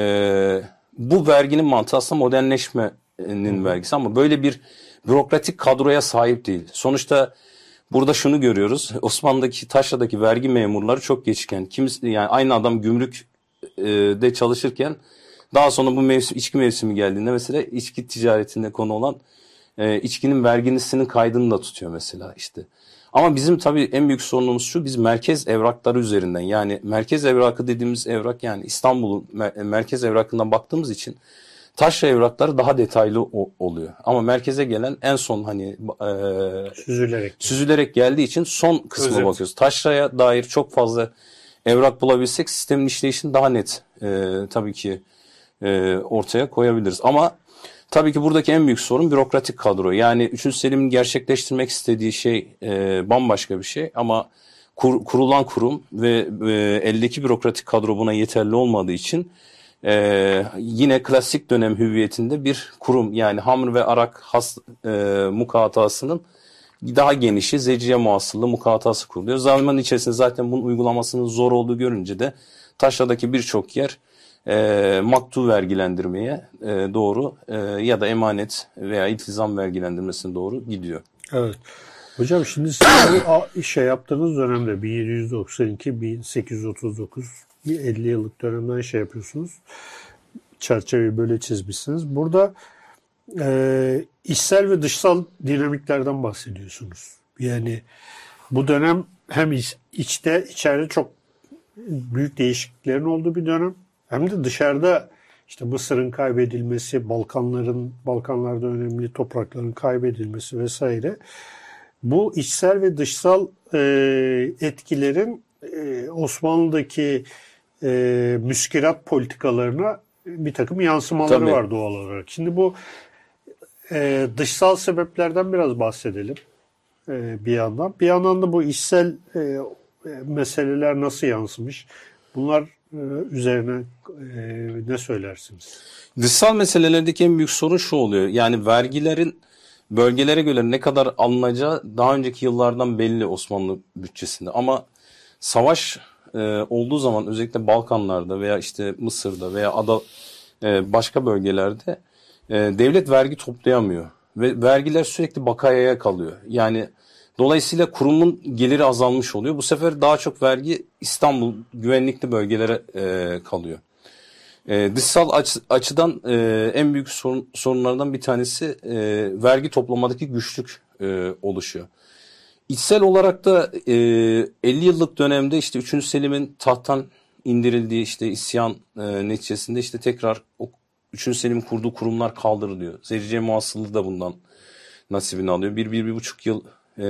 bu verginin mantığı aslında modernleşmenin vergisi ama böyle bir bürokratik kadroya sahip değil. Sonuçta burada şunu görüyoruz. Osmanlı'daki, Taşra'daki vergi memurları çok geçken. Kimisi, yani aynı adam gümrükte e, çalışırken daha sonra bu mevsim, içki mevsimi geldiğinde mesela içki ticaretinde konu olan e, içkinin vergisinin kaydını da tutuyor mesela işte. Ama bizim tabii en büyük sorunumuz şu: biz merkez evrakları üzerinden, yani merkez evrakı dediğimiz evrak, yani İstanbul'un mer- merkez evrakından baktığımız için taşra evrakları daha detaylı o- oluyor. Ama merkeze gelen en son hani e, süzülerek süzülerek geldiği için son kısmına evet. bakıyoruz. Taşraya dair çok fazla evrak bulabilsek sistemin işleyişini daha net e, tabii ki e, ortaya koyabiliriz. Ama tabii ki buradaki en büyük sorun bürokratik kadro. Yani üçüncü Selim'in gerçekleştirmek istediği şey e, bambaşka bir şey ama kur, kurulan kurum ve e, eldeki bürokratik kadro buna yeterli olmadığı için e, yine klasik dönem hüviyetinde bir kurum, yani hamr ve arak has, e, mukatasının daha genişi Zecriye Muhasıllığı mukatası kuruluyor. Zaman içerisinde zaten bunun uygulamasının zor olduğu görünce de Taşra'daki birçok yer E, maktu vergilendirmeye e, doğru e, ya da emanet veya iltizam vergilendirmesine doğru gidiyor. Evet. Hocam şimdi siz bu şey yaptığınız dönemde bin yedi yüz doksan iki bin sekiz yüz otuz dokuz bir elli yıllık dönemden şey yapıyorsunuz. Çerçeveyi böyle çizmişsiniz. Burada e, içsel ve dışsal dinamiklerden bahsediyorsunuz. Yani bu dönem hem iç, içte içeride çok büyük değişikliklerin olduğu bir dönem. Hem de dışarıda işte Mısır'ın kaybedilmesi, Balkanların, Balkanlarda önemli toprakların kaybedilmesi vesaire. Bu içsel ve dışsal e, etkilerin e, Osmanlı'daki e, müskirat politikalarına bir takım yansımaları Tabii. var doğal olarak. Şimdi bu e, dışsal sebeplerden biraz bahsedelim e, bir yandan. Bir yandan da bu içsel e, meseleler nasıl yansımış? Bunlar e, üzerine e, ne söylersiniz? Dışsal meselelerdeki en büyük sorun şu oluyor. Yani vergilerin bölgelere göre ne kadar alınacağı daha önceki yıllardan belli Osmanlı bütçesinde. Ama savaş e, olduğu zaman özellikle Balkanlarda veya işte Mısır'da veya ada e, başka bölgelerde e, devlet vergi toplayamıyor. Ve vergiler sürekli bakayaya kalıyor. Yani dolayısıyla kurumun geliri azalmış oluyor. Bu sefer daha çok vergi İstanbul güvenlikli bölgelere e, kalıyor. E, dışsal aç, açıdan e, en büyük sorun, sorunlardan bir tanesi e, vergi toplamadaki güçlük e, oluşuyor. İçsel olarak da e, elli yıllık dönemde işte üçüncü. Selim'in tahttan indirildiği işte isyan e, neticesinde işte tekrar o üçüncü. Selim'in kurduğu kurumlar kaldırılıyor. Zeciye Muhasılığı da bundan nasibini alıyor. Bir, bir, bir buçuk yıl e,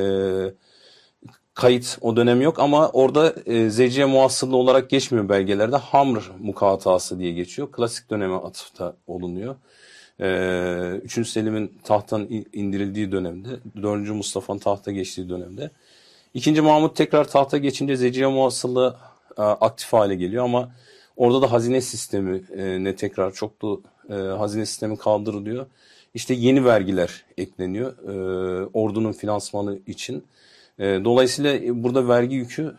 kayıt o dönem yok ama orada e, Zeciye Muhasılığı olarak geçmiyor belgelerde. Hamr Mukatası diye geçiyor. Klasik döneme atıfta olunuyor. E, üçüncü. Selim'in tahttan indirildiği dönemde, dördüncü. Mustafa'nın tahta geçtiği dönemde. ikinci. Mahmut tekrar tahta geçince Zeciye Muhasılığı e, aktif hale geliyor ama orada da hazine sistemi e, ne tekrar çoklu e, hazine sistemi kaldırılıyor. İşte yeni vergiler ekleniyor e, ordunun finansmanı için. E, dolayısıyla burada vergi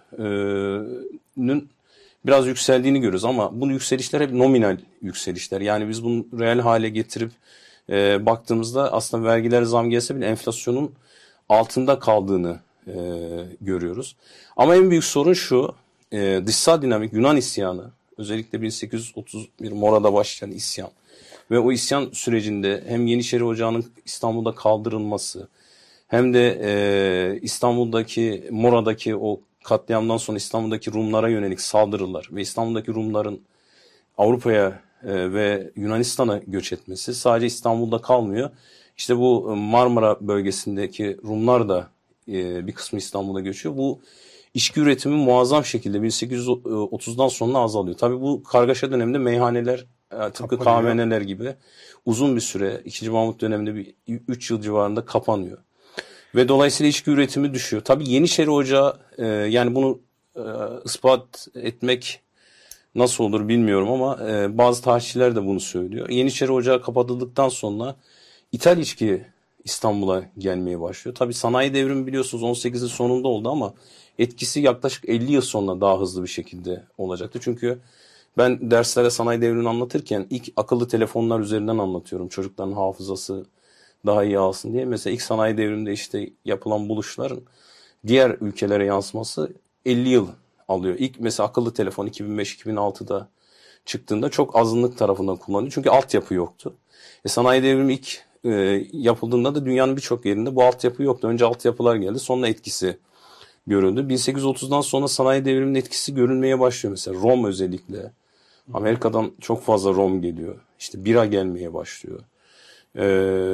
yükünün biraz yükseldiğini görüyoruz ama bu yükselişler hep nominal yükselişler. Yani biz bunu reel hale getirip e, baktığımızda aslında vergiler zam gelse bile enflasyonun altında kaldığını e, görüyoruz. Ama en büyük sorun şu, e, dışsal dinamik Yunan isyanı, özellikle bin sekiz yüz otuz bir Mora'da başlayan isyan ve o isyan sürecinde hem Yeniçeri Ocağı'nın İstanbul'da kaldırılması hem de e, İstanbul'daki Mora'daki o katliamdan sonra İstanbul'daki Rumlara yönelik saldırılar ve İstanbul'daki Rumların Avrupa'ya e, ve Yunanistan'a göç etmesi sadece İstanbul'da kalmıyor. İşte bu Marmara bölgesindeki Rumlar da e, bir kısmı İstanbul'a göçüyor. Bu içki üretimi muazzam şekilde bin sekiz yüz otuzdan sonra azalıyor. Tabii bu kargaşa döneminde meyhaneler e, tıpkı kahvehaneler gibi uzun bir süre ikinci. Mahmut döneminde bir üç yıl civarında kapanıyor. Ve dolayısıyla içki üretimi düşüyor. Tabii Yeniçeri Ocağı e, yani bunu e, ispat etmek nasıl olur bilmiyorum ama e, bazı tarihçiler de bunu söylüyor. Yeniçeri Ocağı kapatıldıktan sonra İthal içki İstanbul'a gelmeye başlıyor. Tabii sanayi devrimi biliyorsunuz on sekizin sonunda oldu ama etkisi yaklaşık elli yıl sonra daha hızlı bir şekilde olacaktı. Çünkü ben derslere sanayi devrimini anlatırken ilk akıllı telefonlar üzerinden anlatıyorum. Çocukların hafızası daha iyi alsın diye. Mesela ilk sanayi devriminde işte yapılan buluşların diğer ülkelere yansıması elli yıl alıyor. İlk mesela akıllı telefon iki bin beş iki bin altıda çıktığında çok azınlık tarafından kullanılıyor. Çünkü altyapı yoktu. E, sanayi devrimi ilk e, yapıldığında da dünyanın birçok yerinde bu altyapı yoktu. Önce altyapılar geldi, sonra etkisi görüldü. bin sekiz yüz otuzdan sonra sanayi devriminin etkisi görülmeye başlıyor. Mesela rom özellikle. Amerika'dan çok fazla rom geliyor. İşte bira gelmeye başlıyor. Ee,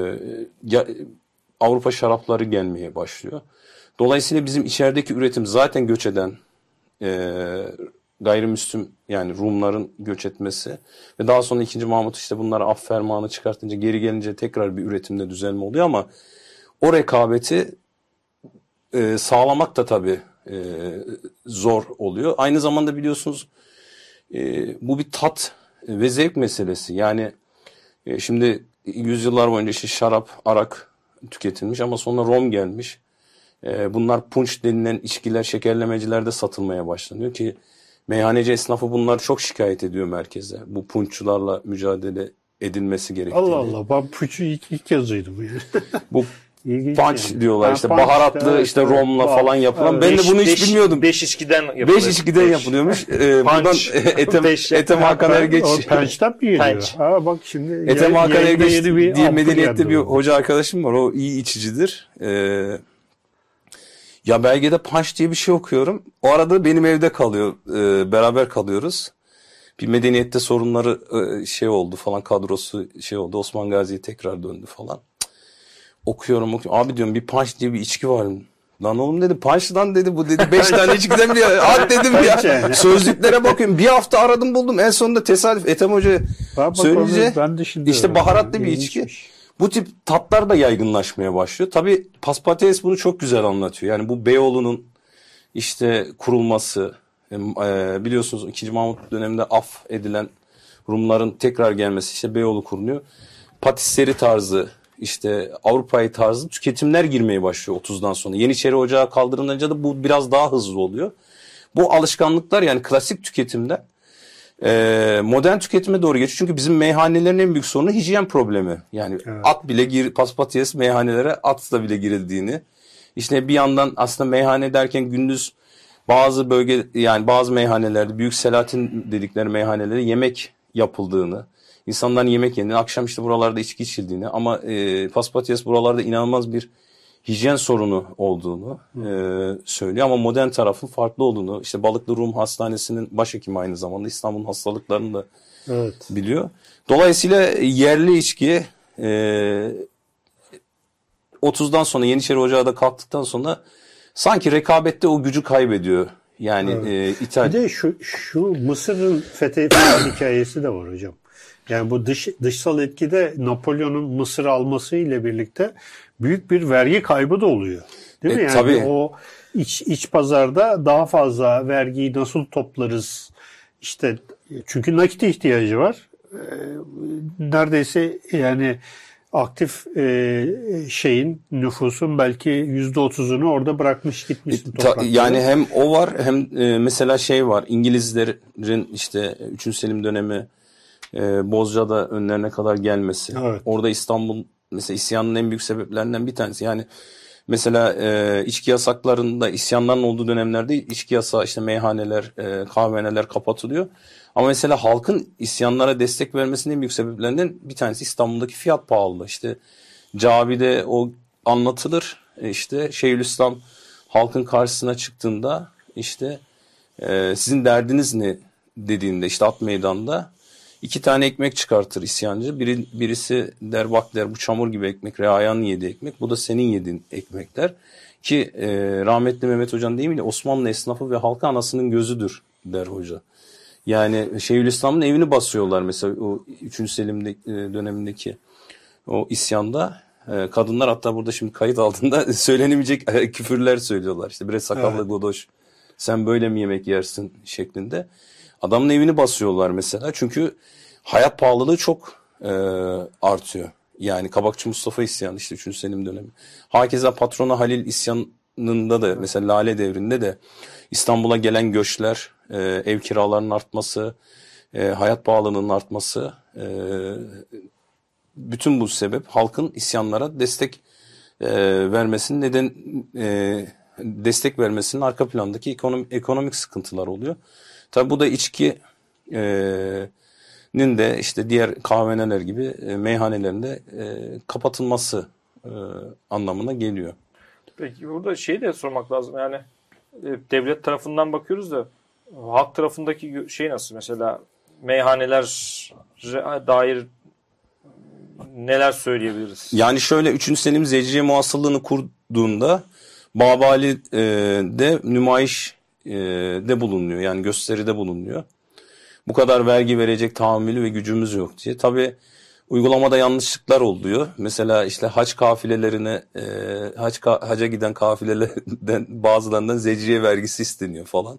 ya, Avrupa şarapları gelmeye başlıyor. Dolayısıyla bizim içerideki üretim zaten göç eden e, gayrimüslim yani Rumların göç etmesi ve daha sonra ikinci. Mahmut işte bunlara af fermanı çıkartınca geri gelince tekrar bir üretimde düzelme oluyor ama o rekabeti e, sağlamak da tabii e, zor oluyor. Aynı zamanda biliyorsunuz e, bu bir tat ve zevk meselesi. Yani e, şimdi yüzyıllar boyunca işte şarap, arak tüketilmiş ama sonra rom gelmiş. E, bunlar punç denilen içkiler şekerlemecilerde satılmaya başlanıyor ki meyhaneci esnafı bunlar çok şikayet ediyor merkeze. Bu punççularla mücadele edilmesi gerektiğini. Allah Allah, ben punçu ilk, ilk kez duydum. Bu İlginç punch yani. diyorlar Ha, işte punch baharatlı işte, işte evet, romla evet. falan yapılan. Evet. Ben de Beş- bunu hiç beş- bilmiyordum. Beş içkiden yapılıyor. Beş içkiden Beş. yapılıyormuş. Ee, buradan Punch. Ethem, Beş. Ethem Hakan Ergeç. O pençten mi geliyor? Penç. Ha bak şimdi Ethem Hakan yayında Ergeç yeni bir diye ampul medeniyette yandı bir o. hoca arkadaşım var. O iyi içicidir. Ee, ya belgede punch diye bir şey okuyorum. O arada benim evde kalıyor. Ee, beraber kalıyoruz. Bir medeniyette sorunları e, şey oldu falan, kadrosu şey oldu. Osman Gazi'ye tekrar döndü falan. Okuyorum okuyorum. Abi diyorum bir punch diye bir içki var mı? Lan oğlum dedi punch lan dedi bu dedi. Beş tane içkiden biliyor. At dedim ya. Sözlüklere bakıyorum. Bir hafta aradım buldum. En sonunda tesadüf Ethem Hoca Bak, söyleyince onu ben de şimdi işte öğrendim. baharatlı bir içki. İlginçmiş. Bu tip tatlar da yaygınlaşmaya başlıyor. Tabii Paspates bunu çok güzel anlatıyor. Yani bu Beyoğlu'nun işte kurulması, E, biliyorsunuz ikinci. Mahmut döneminde af edilen Rumların tekrar gelmesi, işte Beyoğlu kuruluyor. Patisserie tarzı, işte Avrupa'yı tarzı tüketimler girmeye başlıyor otuzdan sonra. Yeniçeri Ocağı kaldırılınca da bu biraz daha hızlı oluyor. Bu alışkanlıklar, yani klasik tüketimden e, modern tüketime doğru geçiyor. Çünkü bizim meyhanelerin en büyük sorunu hijyen problemi. Yani evet. At bile gir, Paspatyas meyhanelere atla bile girildiğini. İşte bir yandan aslında meyhane derken gündüz bazı bölge, yani bazı meyhanelerde, Büyük Selahattin dedikleri meyhanelerde yemek yapıldığını, insanların yemek yediğini, akşam işte buralarda içki içildiğini, ama e, Paspatyas buralarda inanılmaz bir hijyen sorunu olduğunu e, söylüyor. Ama modern tarafın farklı olduğunu, işte Balıklı Rum Hastanesi'nin başhekimi aynı zamanda İstanbul'un hastalıklarını da evet. biliyor. Dolayısıyla yerli içki e, otuzdan sonra Yeniçeri Ocağı da kalktıktan sonra sanki rekabette o gücü kaybediyor. Yani evet. e, İtalya... Bir de şu, şu Mısır'ın fethi hikayesi de var hocam. Yani bu dış, dışsal etkide Napolyon'un Mısır alması ile birlikte büyük bir vergi kaybı da oluyor. Değil mi? E, yani tabii. o iç, iç pazarda daha fazla vergiyi nasıl toplarız? İşte çünkü nakit ihtiyacı var. Neredeyse yani aktif e, şeyin, nüfusun belki yüzde otuzunu orada bırakmış gitmiş. Ta, yani hem o var hem e, mesela şey var, İngilizlerin işte üçüncü. Selim dönemi e, Bozcaada önlerine kadar gelmesi. Evet. Orada İstanbul mesela isyanın en büyük sebeplerinden bir tanesi. Yani mesela e, içki yasaklarında, isyanların olduğu dönemlerde içki yasağı, işte meyhaneler, e, kahvehaneler kapatılıyor. Ama mesela halkın isyanlara destek vermesinin en büyük sebeplerinden bir tanesi İstanbul'daki fiyat pahalılığı. İşte Cavi'de o anlatılır. İşte Şeyhülislam halkın karşısına çıktığında işte e, sizin derdiniz ne dediğinde, işte At Meydan'da iki tane ekmek çıkartır isyancı. Biri, birisi der bak der bu çamur gibi ekmek, reayanın yediği ekmek. Bu da senin yediğin ekmekler. Ki e, rahmetli Mehmet Hoca'nın deyimiyle Osmanlı esnafı ve halkı anasının gözüdür der hoca. Yani Şeyhülislam'ın evini basıyorlar mesela o üçüncü. Selim dönemindeki o isyanda. Kadınlar hatta burada şimdi kayıt altında söylenemeyecek küfürler söylüyorlar. İşte bre sakallı evet. Godoş sen böyle mi yemek yersin şeklinde. Adamın evini basıyorlar mesela. Çünkü hayat pahalılığı çok e, artıyor. Yani Kabakçı Mustafa isyanı işte üçüncü. Selim dönemi. Hakeza Patrona Halil isyanında da mesela Lale devrinde de İstanbul'a gelen göçler, e, ev kiralarının artması, e, hayat pahalılığının artması, e, bütün bu sebep halkın isyanlara destek e, vermesinin neden e, destek vermesinin arka plandaki ekonomik, ekonomik sıkıntılar oluyor. Tabi bu da içkinin e, de işte diğer kahvehaneler gibi e, meyhanelerin de e, kapatılması e, anlamına geliyor. Peki burada şeyi de sormak lazım yani e, devlet tarafından bakıyoruz da halk tarafındaki şey nasıl? Mesela meyhaneler dair neler söyleyebiliriz? Yani şöyle üçüncü. Selim Zeciye Muhasırlığını kurduğunda Babali'de nümayiş de bulunuyor. Yani gösteride bulunuyor. Bu kadar vergi verecek tahammülü ve gücümüz yok diye. Tabii uygulamada yanlışlıklar oluyor. Mesela işte hac kafilelerine e, hac haca giden kafilelerden bazılarından zeciye vergisi isteniyor falan.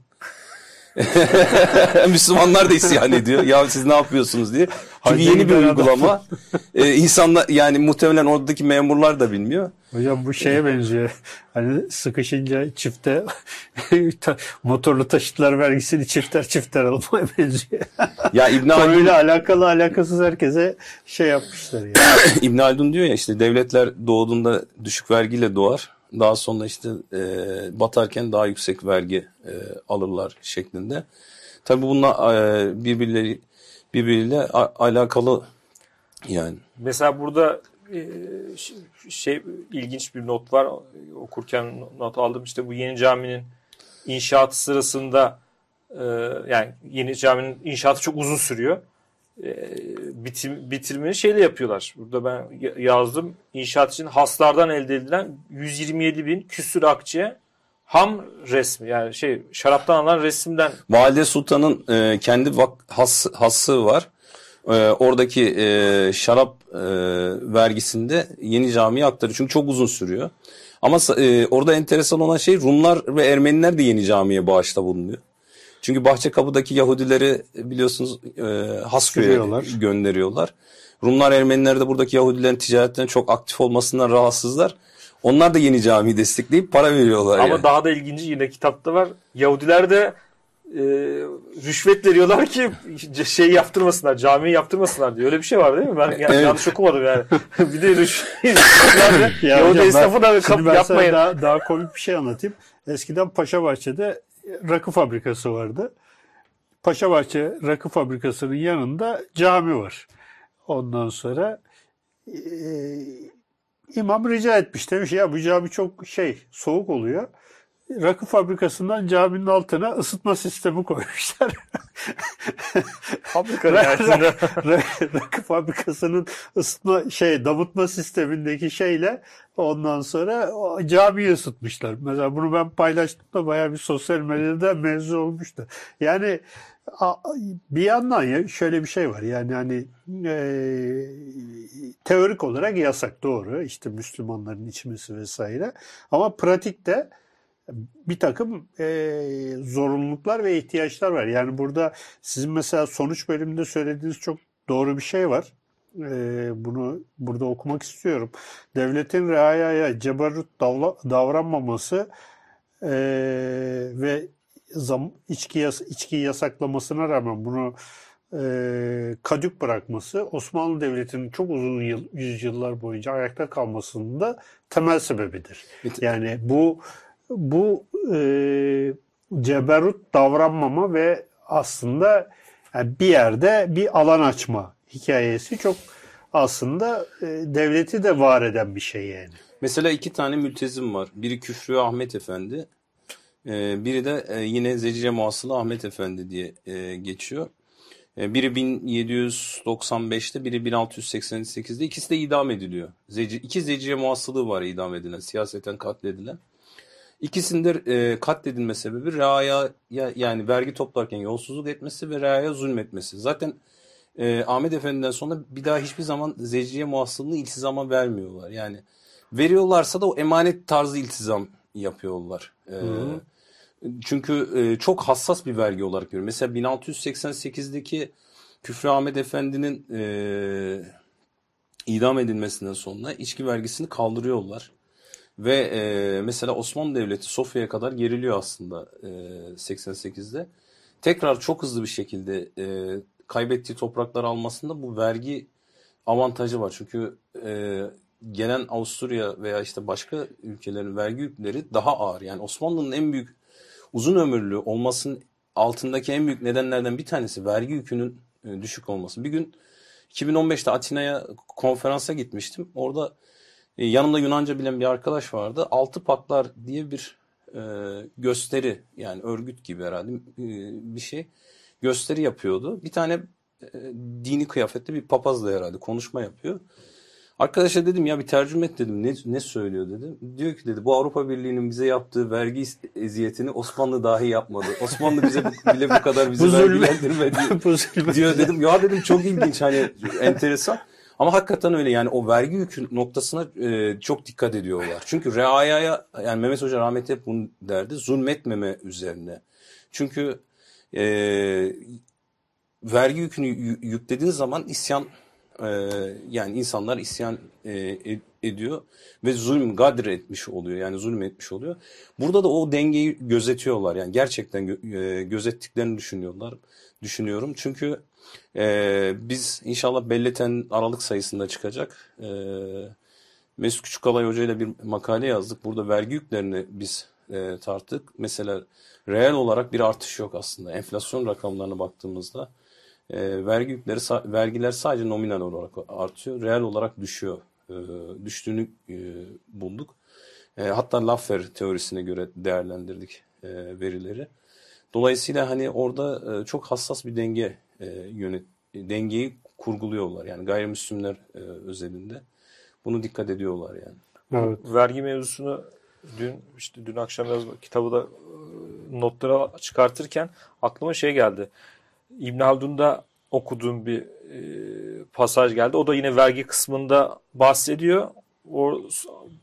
Müslümanlar da isyan ediyor. Ya siz ne yapıyorsunuz diye. Çünkü Hacı yeni bir uygulama. ee, insanlar yani muhtemelen oradaki memurlar da bilmiyor. Hocam bu şeye benziyor. Hani sıkışınca çifte motorlu taşıtlar vergisini çifter çifter almaya benziyor. Ya İbn Haldun alakalı alakasız herkese şey yapmışlar yani. İbn Haldun diyor ya işte devletler doğduğunda düşük vergiyle doğar. Daha sonra işte e, batarken daha yüksek vergi e, alırlar şeklinde. Tabii bununla e, birbirleri birbiriyle a- alakalı yani. Mesela burada e, şey ilginç bir not var. Okurken not aldım. İşte bu yeni caminin inşaatı sırasında e, yani yeni caminin inşaatı çok uzun sürüyor. E, bitim, bitirmeyi şeyle yapıyorlar. Burada ben yazdım. İnşaat için haslardan elde edilen yüz yirmi yedi bin küsür akçeye ham resmi yani şey şaraptan alınan resimden. Valide Sultan'ın e, kendi vak- has, hası var. E, oradaki e, şarap e, vergisinde yeni camiye aktarıyor. Çünkü çok uzun sürüyor. Ama e, orada enteresan olan şey Rumlar ve Ermeniler de yeni camiye bağışta bulunuyor. Çünkü Bahçekapı'daki Yahudileri biliyorsunuz e, Hasköy'e gönderiyorlar. Rumlar, Ermeniler de buradaki Yahudilerin ticaretten çok aktif olmasından rahatsızlar. Onlar da yeni camiyi destekleyip para veriyorlar. Ama yani. daha da ilginci yine kitapta var. Yahudiler de e, rüşvet veriyorlar ki şey yaptırmasınlar, camiyi yaptırmasınlar diyor. Öyle bir şey var değil mi? Ben yani evet. yanlış okumadım yani. Bir de rüşvet. Ya Yahudi esnafı da kap, yapmayın. Daha, daha komik bir şey anlatayım. Eskiden Paşabahçe'de rakı fabrikası vardı. Paşabahçe rakı fabrikasının yanında cami var. Ondan sonra e, imam rica etmiş. Demiş ya bu cami çok şey soğuk oluyor. Rakı fabrikasından caminin altına ısıtma sistemi koymuşlar. Fabrika yani. Rakı fabrikasının ısıtma şey damıtma sistemindeki şeyle ondan sonra camiyi ısıtmışlar. Mesela bunu ben paylaştım da bayağı bir sosyal medyada mevzu olmuştu. Yani bir yandan ya şöyle bir şey var. Yani hani e, teorik olarak yasak doğru. İşte Müslümanların içmesi vesaire. Ama pratikte bir takım e, zorunluluklar ve ihtiyaçlar var. Yani burada sizin mesela sonuç bölümünde söylediğiniz çok doğru bir şey var. E, bunu burada okumak istiyorum. Devletin reayaya cebarut davranmaması e, ve zam, içki yas, içkiyi yasaklamasına rağmen bunu e, kadük bırakması Osmanlı Devleti'nin çok uzun yıl, yüzyıllar boyunca ayakta kalmasının da temel sebebidir. Yani bu Bu e, ceberut davranmama ve aslında yani bir yerde bir alan açma hikayesi çok aslında e, devleti de var eden bir şey yani. Mesela iki tane mültezim var. Biri Küfrü Ahmet Efendi, e, biri de e, yine Zecice Muhasılı Ahmet Efendi diye e, geçiyor. E, biri bin yedi yüz doksan beşte, biri bin altı yüz seksen sekizde. İkisi de idam ediliyor. Zeci, iki Zecice Muhasılığı var idam edilen, siyaseten katledilen. İkisinde e, katledilme sebebi reaya yani vergi toplarken yolsuzluk etmesi ve reaya zulmetmesi. Zaten e, Ahmet Efendi'den sonra bir daha hiçbir zaman Zeciye Muhasılığını iltizama vermiyorlar. Yani veriyorlarsa da o emanet tarzı iltizam yapıyorlar. E, çünkü e, çok hassas bir vergi olarak görüyor. Mesela bin altı yüz seksen sekizdeki Küfrü Ahmet Efendi'nin e, idam edilmesinden sonra içki vergisini kaldırıyorlar. Ve e, mesela Osmanlı Devleti Sofya'ya kadar geriliyor aslında e, seksen sekizde. Tekrar çok hızlı bir şekilde e, kaybettiği toprakları almasında bu vergi avantajı var. Çünkü e, gelen Avusturya veya işte başka ülkelerin vergi yükleri daha ağır. Yani Osmanlı'nın en büyük uzun ömürlü olmasının altındaki en büyük nedenlerden bir tanesi vergi yükünün e, düşük olması. Bir gün iki bin on beşte Atina'ya konferansa gitmiştim. Orada e, yanımda Yunanca bilen bir arkadaş vardı. Altı Paklar diye bir e, gösteri, yani örgüt gibi herhalde e, bir şey gösteri yapıyordu. Bir tane e, dini kıyafetli bir papazla herhalde konuşma yapıyor. Arkadaşa dedim ya bir tercüme et dedim. Ne, ne söylüyor dedim. Diyor ki dedi bu Avrupa Birliği'nin bize yaptığı vergi eziyetini Osmanlı dahi yapmadı. Osmanlı bize bu, bile bu kadar bizi vergilendirmedi diyor dedim. Ya dedim çok ilginç, hani enteresan. Ama hakikaten öyle, yani o vergi yükü noktasına e, çok dikkat ediyorlar. Çünkü reayaya, yani Mehmet Hoca rahmetli hep bunu derdi, zulmetmeme üzerine. Çünkü e, vergi yükünü yüklediğiniz zaman isyan, Ee, yani insanlar isyan e, ediyor ve zulüm gadr etmiş oluyor, yani zulüm etmiş oluyor. Burada da o dengeyi gözetiyorlar, yani gerçekten gö- e, gözettiklerini düşünüyorlar, düşünüyorum. Çünkü e, biz inşallah Belleten Aralık sayısında çıkacak. E, Mesut Küçükalay Hoca ile bir makale yazdık. Burada vergi yüklerini biz e, tarttık. Mesela reel olarak bir artış yok aslında. Enflasyon rakamlarına baktığımızda E, vergi yükleri, vergiler sadece nominal olarak artıyor. Reel olarak düşüyor. E, düştüğünü e, bulduk. E, hatta Laffer teorisine göre değerlendirdik e, verileri. Dolayısıyla hani orada e, çok hassas bir denge e, yönet dengeyi kurguluyorlar. Yani gayrimüslimler e, özelinde. Bunu dikkat ediyorlar yani. Evet. Vergi mevzusunu dün işte dün akşam biraz kitabı da notlara çıkartırken aklıma şey geldi. İbn Haldun'da okuduğum bir e, pasaj geldi. O da yine vergi kısmında bahsediyor. O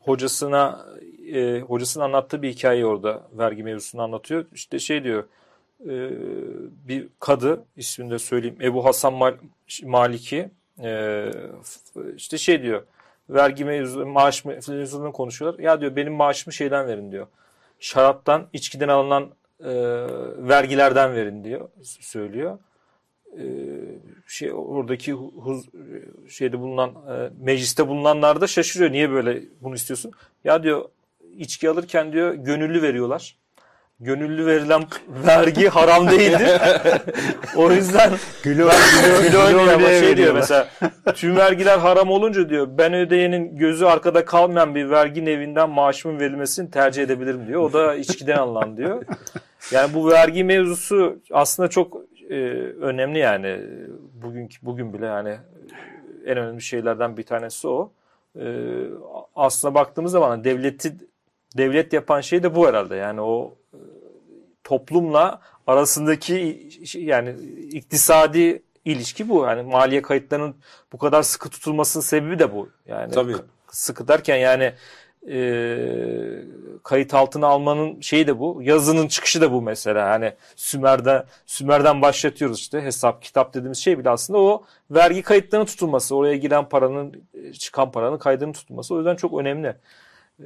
hocasına e, hocasının anlattığı bir hikaye orada vergi mevzusunu anlatıyor. İşte şey diyor. e, bir kadı, ismini de söyleyeyim, Ebu Hasan Mal- Maliki e, işte şey diyor, vergi mevzu, maaş mevzularını konuşuyorlar. Ya diyor benim maaşımı şeyden verin diyor. Şaraptan, içkiden alınan e, vergilerden verin diyor, söylüyor. E, şey oradaki huz, şeyde bulunan e, mecliste bulunanlar da şaşırıyor. Niye böyle bunu istiyorsun? Ya diyor içki alırken diyor gönüllü veriyorlar. Gönüllü verilen vergi haram değildir. O yüzden Gülü, gülü oynuyor ama şey diyor mesela, tüm vergiler haram olunca diyor ben ödeyenin gözü arkada kalmayan bir vergi nevinden maaşımın verilmesini tercih edebilirim diyor. O da içkiden alınan diyor. Yani bu vergi mevzusu aslında çok e, önemli yani. Bugün bugün bile yani en önemli şeylerden bir tanesi o. E, aslına baktığımız zaman devleti devlet yapan şey de bu herhalde. Yani o toplumla arasındaki yani iktisadi ilişki bu. Yani maliye kayıtlarının bu kadar sıkı tutulmasının sebebi de bu. Yani Tabii. Sıkı derken yani e, kayıt altına almanın şeyi de bu. Yazının çıkışı da bu mesela. Hani Sümer'den Sümer'den başlatıyoruz işte. Hesap, kitap dediğimiz şey bile aslında o vergi kayıtlarının tutulması. Oraya giren paranın, çıkan paranın kaydının tutulması. O yüzden çok önemli. E,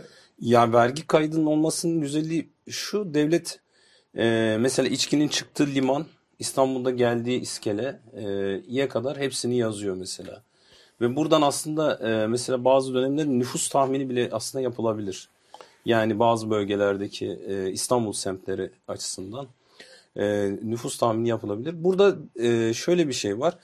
Ya vergi kaydının olmasının güzelliği şu, devlet e, mesela içkinin çıktığı liman, İstanbul'da geldiği iskeleye kadar hepsini yazıyor mesela. Ve buradan aslında e, mesela bazı dönemler nüfus tahmini bile aslında yapılabilir. Yani bazı bölgelerdeki e, İstanbul semtleri açısından e, nüfus tahmini yapılabilir. Burada e, şöyle bir şey var.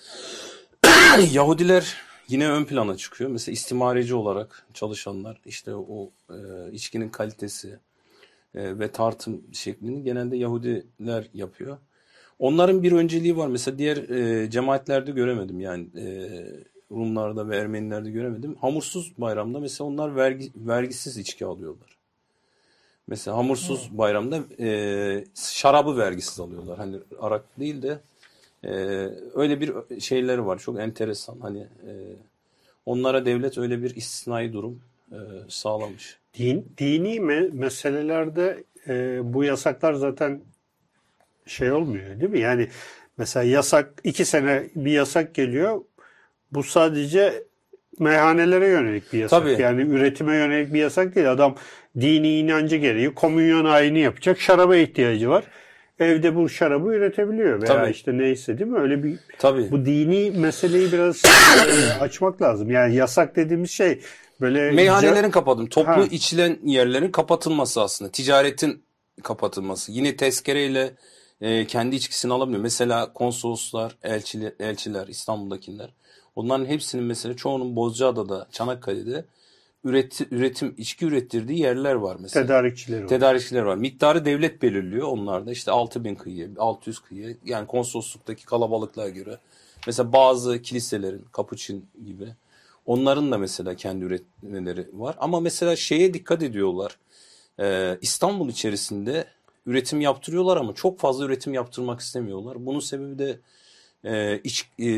Yahudiler yine ön plana çıkıyor. Mesela istimareci olarak çalışanlar, işte o e, içkinin kalitesi e, ve tartım şeklini genelde Yahudiler yapıyor. Onların bir önceliği var. Mesela diğer e, cemaatlerde göremedim. Yani e, Rumlarda ve Ermenilerde göremedim. Hamursuz bayramda mesela onlar vergi, vergisiz içki alıyorlar. Mesela hamursuz hmm. bayramda e, şarabı vergisiz alıyorlar. Hani arak değil de e, öyle bir şeyleri var. Çok enteresan. Hani e, onlara devlet öyle bir istisnai durum e, sağlamış. Din, dini me- meselelerde e, bu yasaklar zaten şey olmuyor değil mi? Yani mesela yasak, iki sene bir yasak geliyor. Bu sadece meyhanelere yönelik bir yasak. Tabii. Yani üretime yönelik bir yasak değil. Adam dini inancı gereği komünyon ayini yapacak. Şaraba ihtiyacı var. Evde bu şarabı üretebiliyor. Veya Tabii. işte neyse değil mi? Öyle bir Tabii. bu dini meseleyi biraz açmak lazım. Yani yasak dediğimiz şey böyle meyhanelerin kapatılması, toplu ha. içilen yerlerin kapatılması aslında. Ticaretin kapatılması. Yine tezkereyle e, kendi içkisini alabiliyor. Mesela konsoloslar, elçiler, elçiler, İstanbul'dakiler. Onların hepsinin mesela çoğunun Bozcaada'da, Çanakkale'de üret, üretim, içki ürettirdiği yerler var mesela. Tedarikçileri var. Tedarikçiler var. Miktarı devlet belirliyor onlarda. İşte altı bin kıyıya, altı yüz kıyıya. Yani konsolosluktaki kalabalıklara göre. Mesela bazı kiliselerin, Kapuçin gibi. Onların da mesela kendi üretmeleri var. Ama mesela şeye dikkat ediyorlar. Ee, İstanbul içerisinde üretim yaptırıyorlar ama çok fazla üretim yaptırmak istemiyorlar. Bunun sebebi de e, iç, e,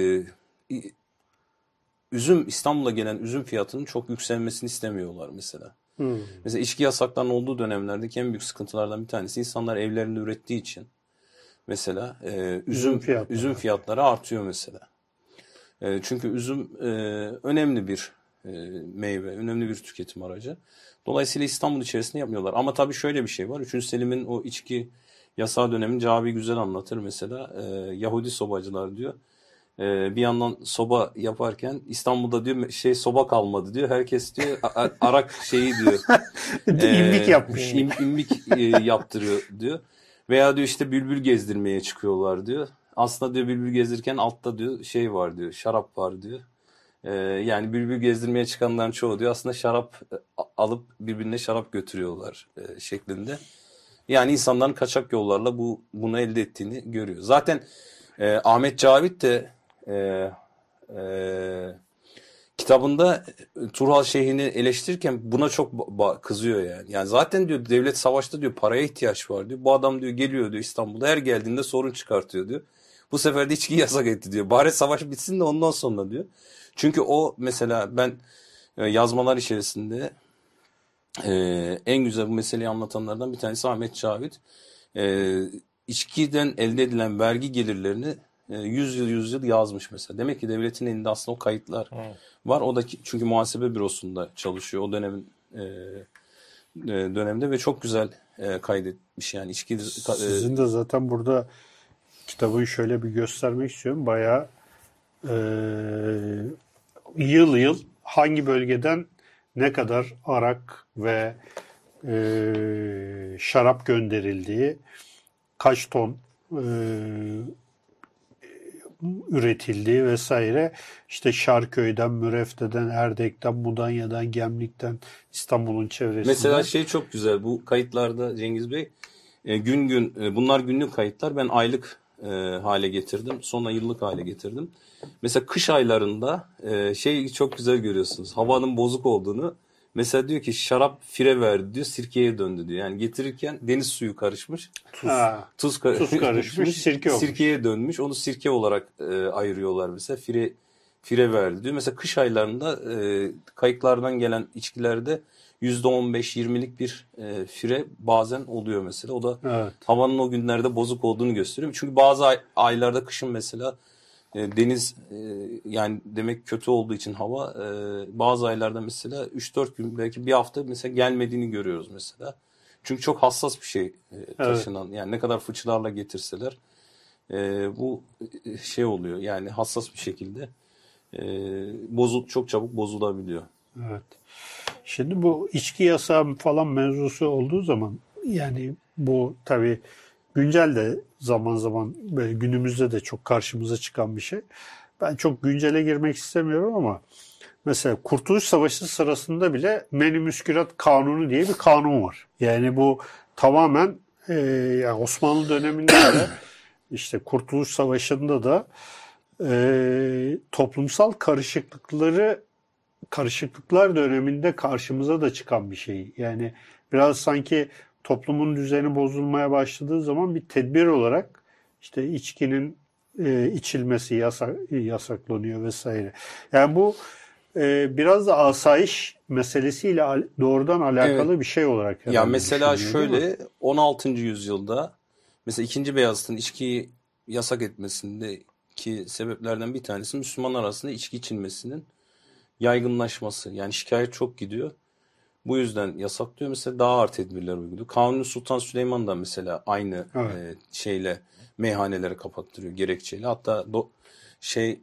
üzüm İstanbul'a gelen üzüm fiyatının çok yükselmesini istemiyorlar mesela. Hmm. Mesela içki yasaklarının olduğu dönemlerdeki en büyük sıkıntılardan bir tanesi insanlar evlerinde ürettiği için mesela e, üzüm üzüm fiyatları. üzüm fiyatları artıyor mesela. E, çünkü üzüm e, önemli bir e, meyve, önemli bir tüketim aracı. Dolayısıyla İstanbul içerisinde yapmıyorlar. Ama tabii şöyle bir şey var. Üçüncü Selim'in o içki yasağı dönemini Cavi güzel anlatır mesela. E, Yahudi sobacılar diyor. Ee, bir yandan soba yaparken İstanbul'da diyor şey soba kalmadı diyor. Herkes diyor arak şeyi diyor. e, imbik yapmış. Im, imbik e, yaptırıyor diyor. Veya diyor işte bülbül gezdirmeye çıkıyorlar diyor. Aslında diyor bülbül gezdirirken altta diyor şey var diyor. Şarap var diyor. Ee, yani bülbül gezdirmeye çıkanların çoğu diyor aslında şarap alıp birbirine şarap götürüyorlar e, şeklinde. Yani insanların kaçak yollarla bu bunu elde ettiğini görüyor. Zaten e, Ahmet Cavit de Ee, e, kitabında Turhal Şeyh'ini eleştirirken buna çok ba- kızıyor yani. Yani zaten diyor devlet savaşta diyor paraya ihtiyaç var diyor. Bu adam diyor geliyor diyor İstanbul'da her geldiğinde sorun çıkartıyor diyor. Bu sefer de içki yasak etti diyor. Bari savaş bitsin de ondan sonra diyor. Çünkü o mesela ben e, yazmalar içerisinde e, en güzel bu meseleyi anlatanlardan bir tanesi Ahmet Cavit. E, içkiden elde edilen vergi gelirlerini e, yüz yıl yüz yıl yazmış mesela. Demek ki devletin elinde aslında o kayıtlar Hı. var. O da çünkü muhasebe bürosunda çalışıyor o dönemin e, dönemde ve çok güzel e, kaydetmiş yani içki e, Sizin de zaten burada kitabın şöyle bir göstermek istiyorum. Bayağı e, yıl yıl hangi bölgeden ne kadar arak ve e, şarap gönderildiği, kaç ton e, üretildiği vesaire, işte Şarköy'den, Mürefte'den, Erdek'ten, Mudanya'dan, Gemlik'ten, İstanbul'un çevresinden. Mesela şey çok güzel bu kayıtlarda Cengiz Bey e, gün gün e, bunlar günlük kayıtlar, ben aylık e, hale getirdim, sonra yıllık hale getirdim. Mesela kış aylarında e, şey çok güzel görüyorsunuz, havanın bozuk olduğunu. Mesela diyor ki şarap fire verdi diyor, sirkeye döndü diyor. Yani getirirken deniz suyu karışmış, tuz Ha, tuz, kar- tuz karışmış, sirke olmuş. sirkeye dönmüş. Onu sirke olarak e, ayırıyorlar mesela. Fire fire verdi diyor. Mesela kış aylarında e, kayıklardan gelen içkilerde yüzde on beş yirmilik bir e, fire bazen oluyor mesela. O da Evet. havanın o günlerde bozuk olduğunu gösteriyor. Çünkü bazı ay- aylarda kışın mesela e, deniz e, yani demek kötü olduğu için hava e, bazı aylarda mesela üç dört gün belki bir hafta mesela gelmediğini görüyoruz mesela. Çünkü çok hassas bir şey e, taşınan. Yani ne kadar fıçılarla getirseler e, bu e, şey oluyor. Yani hassas bir şekilde e, bozul çok çabuk bozulabiliyor. Evet. Şimdi bu içki yasağı falan mevzusu olduğu zaman, yani bu tabii güncel de zaman zaman böyle günümüzde de çok karşımıza çıkan bir şey. Ben çok güncele girmek istemiyorum ama mesela Kurtuluş Savaşı sırasında bile menü müskürat kanunu diye bir kanun var. Yani bu tamamen e, yani Osmanlı döneminde de işte Kurtuluş Savaşı'nda da e, toplumsal karışıklıkları karışıklıklar döneminde karşımıza da çıkan bir şey. Yani biraz sanki toplumun düzeni bozulmaya başladığı zaman bir tedbir olarak işte içkinin e, içilmesi yasak, yasaklanıyor vesaire. Yani bu e, biraz da asayiş meselesiyle al, doğrudan alakalı Evet. bir şey olarak Ya herhalde mesela düşünülüyor, değil mi? şöyle on altıncı yüzyılda mesela ikinci Beyazıt'ın içkiyi yasak etmesindeki sebeplerden bir tanesi Müslümanlar arasında içki içilmesinin yaygınlaşması. Yani şikayet çok gidiyor. Bu yüzden yasaklıyor. Mesela daha ağır tedbirler uyguluyor. Kanuni Sultan Süleyman da mesela aynı Evet. e, şeyle meyhaneleri kapattırıyor gerekçeyle. Hatta do, şey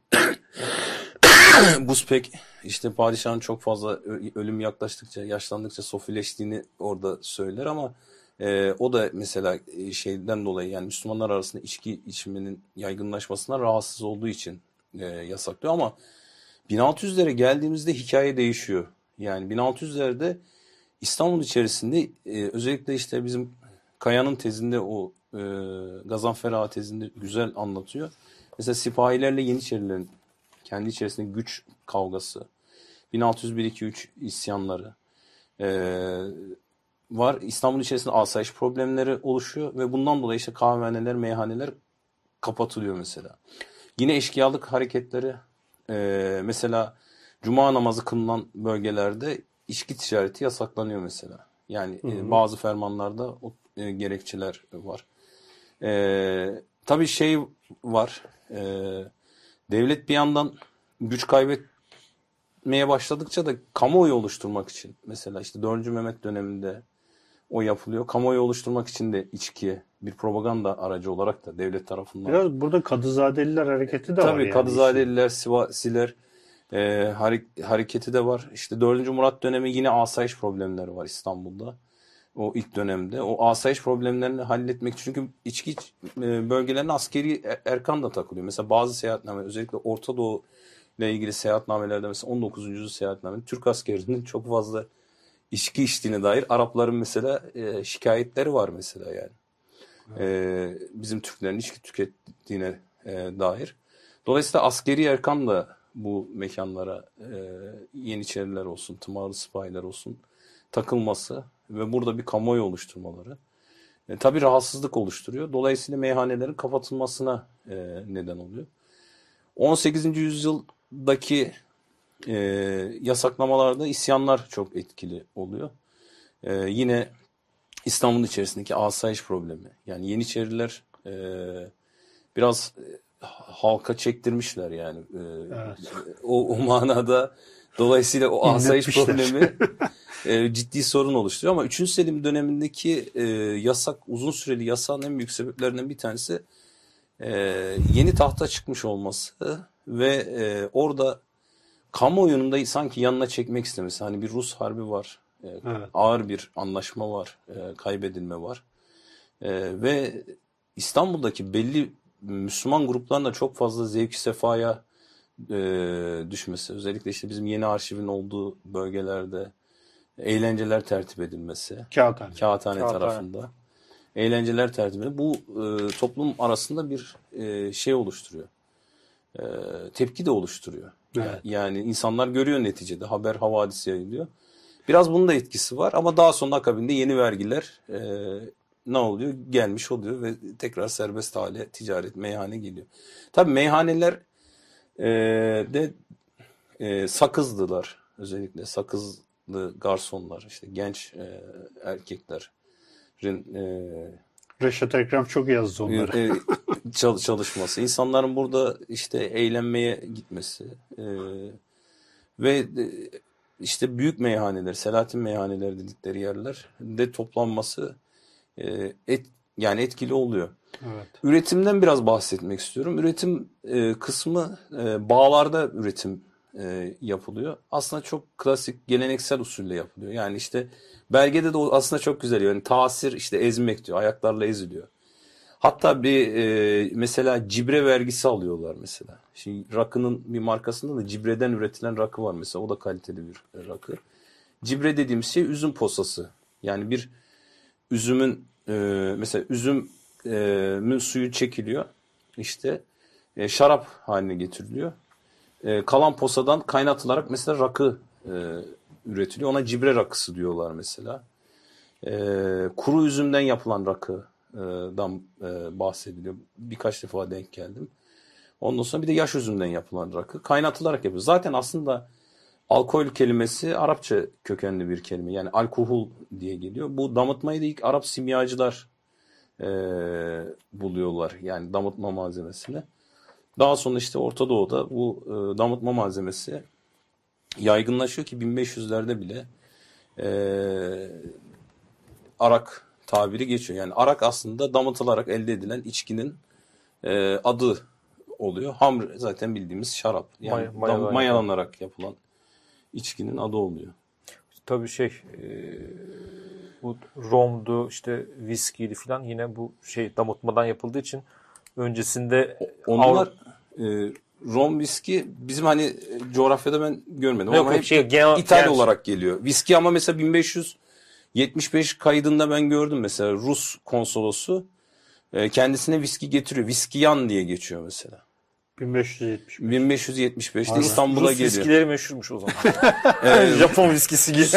Buzpek işte padişahın çok fazla ö- ölüm yaklaştıkça, yaşlandıkça sofileştiğini orada söyler ama e, o da mesela e, şeyden dolayı yani Müslümanlar arasında içki içmenin yaygınlaşmasına rahatsız olduğu için e, yasaklıyor ama bin altı yüzlere geldiğimizde hikaye değişiyor. Yani bin altı yüzlerde İstanbul içerisinde e, özellikle işte bizim Kaya'nın tezinde o e, Gazanfer Ağa tezinde güzel anlatıyor. Mesela sipahilerle Yeniçerilerin kendi içerisinde güç kavgası, bin altı yüz bir iki üç isyanları e, var. İstanbul içerisinde asayiş problemleri oluşuyor ve bundan dolayı işte kahvehaneler, meyhaneler kapatılıyor mesela. Yine eşkıyalık hareketleri e, mesela cuma namazı kılınan bölgelerde içki ticareti yasaklanıyor mesela. Yani e, bazı fermanlarda o e, gerekçeler var. E, tabii şey var. E, devlet bir yandan güç kaybetmeye başladıkça da kamuoyu oluşturmak için mesela işte dördüncü Mehmet döneminde o yapılıyor. Kamuoyu oluşturmak için de içki bir propaganda aracı olarak da devlet tarafından. Biraz burada Kadızadeliler hareketi de var Tabii yani. Kadızadeliler, Sivasiler e, hare- hareketi de var. İşte dördüncü Murat dönemi yine asayiş problemleri var İstanbul'da. O ilk dönemde. O asayiş problemlerini halletmek için çünkü içki e, bölgelerine askeri er- erkan da takılıyor. Mesela bazı seyahatname özellikle Orta Doğu ile ilgili seyahatnamelerde mesela on dokuzuncu yüzyıl seyahatname Türk askerinin çok fazla içki içtiğine dair Arapların mesela e, şikayetleri var mesela yani. E, bizim Türklerin içki tükettiğine e, dair. Dolayısıyla askeri erkan da bu mekanlara e, Yeniçeriler olsun, tımarlı sipahiler olsun takılması ve burada bir kamuoyu oluşturmaları e, tabii rahatsızlık oluşturuyor. Dolayısıyla meyhanelerin kapatılmasına e, neden oluyor. on sekizinci yüzyıldaki e, yasaklamalarda isyanlar çok etkili oluyor. E, yine İstanbul içerisindeki asayiş problemi. Yani Yeniçeriler E, biraz halka çektirmişler yani. E, Evet. o, o manada dolayısıyla o asayiş İnletmişler. problemi e, ciddi sorun oluşturuyor. Ama üçüncü Selim dönemindeki e, yasak, uzun süreli yasağın en büyük sebeplerinden bir tanesi e, yeni tahta çıkmış olması ve e, orada kamuoyunun da sanki yanına çekmek istemesi. Hani bir Rus harbi var, e, Evet. ağır bir anlaşma var, e, kaybedilme var e, ve İstanbul'daki belli Müslüman grupların da çok fazla zevk-i sefaya e, düşmesi. Özellikle işte bizim yeni arşivin olduğu bölgelerde eğlenceler tertip edilmesi. Kağıthane. Kağıthane, Kağıthane. tarafında. Eğlenceler tertip edilmesi. Bu e, toplum arasında bir e, şey oluşturuyor. E, tepki de oluşturuyor. Evet. Yani insanlar görüyor neticede. Haber havadisi yayılıyor. Biraz bunun da etkisi var ama daha sonra akabinde yeni vergiler e, ne oluyor? Gelmiş oluyor ve tekrar serbest hale ticaret, meyhane geliyor. Tabii meyhaneler e, de e, sakızdılar. Özellikle sakızlı garsonlar, işte genç e, erkeklerin e, Reşat Ekrem çok yazdı onları. e, çal- çalışması. İnsanların burada işte eğlenmeye gitmesi e, ve e, işte büyük meyhaneler, Selahattin meyhaneleri dedikleri yerler de toplanması e, et, yani etkili oluyor. Evet. Üretimden biraz bahsetmek istiyorum. Üretim e, kısmı e, bağlarda üretim e, yapılıyor. Aslında çok klasik geleneksel usulle yapılıyor. Yani işte belgede de o aslında çok güzel. Yani tasir işte ezmek diyor. Ayaklarla eziliyor. Hatta bir e, mesela cibre vergisi alıyorlar mesela. Şimdi rakının bir markasında da cibreden üretilen rakı var mesela. O da kaliteli bir rakı. Cibre dediğimiz şey üzüm posası. Yani bir üzümün e, mesela üzümün suyu çekiliyor. İşte e, şarap haline getiriliyor. E, kalan posadan kaynatılarak mesela rakı e, üretiliyor. Ona cibre rakısı diyorlar mesela. E, kuru üzümden yapılan rakıdan e, bahsediliyor. Birkaç defa denk geldim. Ondan sonra bir de yaş üzümden yapılan rakı. Kaynatılarak yapıyor. Zaten aslında alkol kelimesi Arapça kökenli bir kelime. Yani alkohol diye geliyor. Bu damıtmayı da ilk Arap simyacılar e, buluyorlar. Yani damıtma malzemesini. Daha sonra işte Orta Doğu'da bu e, damıtma malzemesi yaygınlaşıyor ki bin beş yüzlerde bile e, arak tabiri geçiyor. Yani arak aslında damıtılarak elde edilen içkinin e, adı oluyor. Hamr zaten bildiğimiz şarap. Yani May- mayalan- dam- mayalanarak yapılan içkinin adı oluyor. Tabii şey e, bu romdu işte viskiydi falan yine bu şey damıtmadan yapıldığı için öncesinde Onlar Avru- e, rom viski bizim hani e, coğrafyada ben görmedim Yok, ama yok, hep şey, genel- ithal genel- olarak geliyor. Viski ama mesela bin beş yüz yetmiş beş kaydında ben gördüm mesela Rus konsolosu e, kendisine viski getiriyor. Viskiyan diye geçiyor mesela. bin beş yüz yetmiş. bin beş yüz yetmiş beşte Rus- İstanbul'a Rus geliyor. viskileri meşhurmuş o zaman. Evet. Japon viskisi gibi.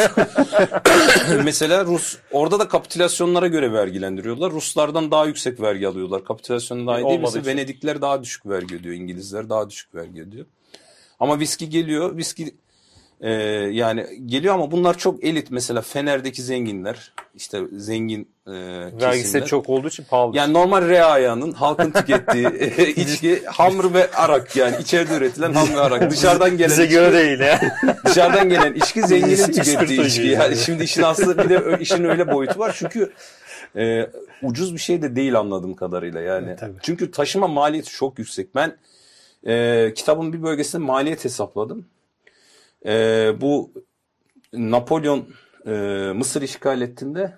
Mesela Rus orada da kapitülasyonlara göre vergilendiriyorlar. Ruslardan daha yüksek vergi alıyorlar. Kapitülasyona dahil değil. Olmadığı Mesela için. Venedikler daha düşük vergi ödüyor. İngilizler daha düşük vergi ödüyor. Ama viski geliyor. Viski e, yani geliyor ama bunlar çok elit. Mesela Fener'deki zenginler, işte zengin e, Vergisi kesimler. çok olduğu için pahalı. Yani normal reayanın halkın tükettiği e, içki hamr ve arak, yani içeride üretilen hamr ve arak. Dışarıdan gelen bize içki, göre değil ya. dışarıdan gelen içki zenginin Biz tükettiği ispirtoyuz içki. yani. Yani şimdi işin aslında bir de ö- işin öyle boyutu var. Çünkü e, ucuz bir şey de değil anladığım kadarıyla yani. Evet, tabii. Çünkü taşıma maliyeti çok yüksek. Ben e, kitabın bir bölgesinde maliyet hesapladım. E, bu Napolyon e, Mısır işgal ettiğinde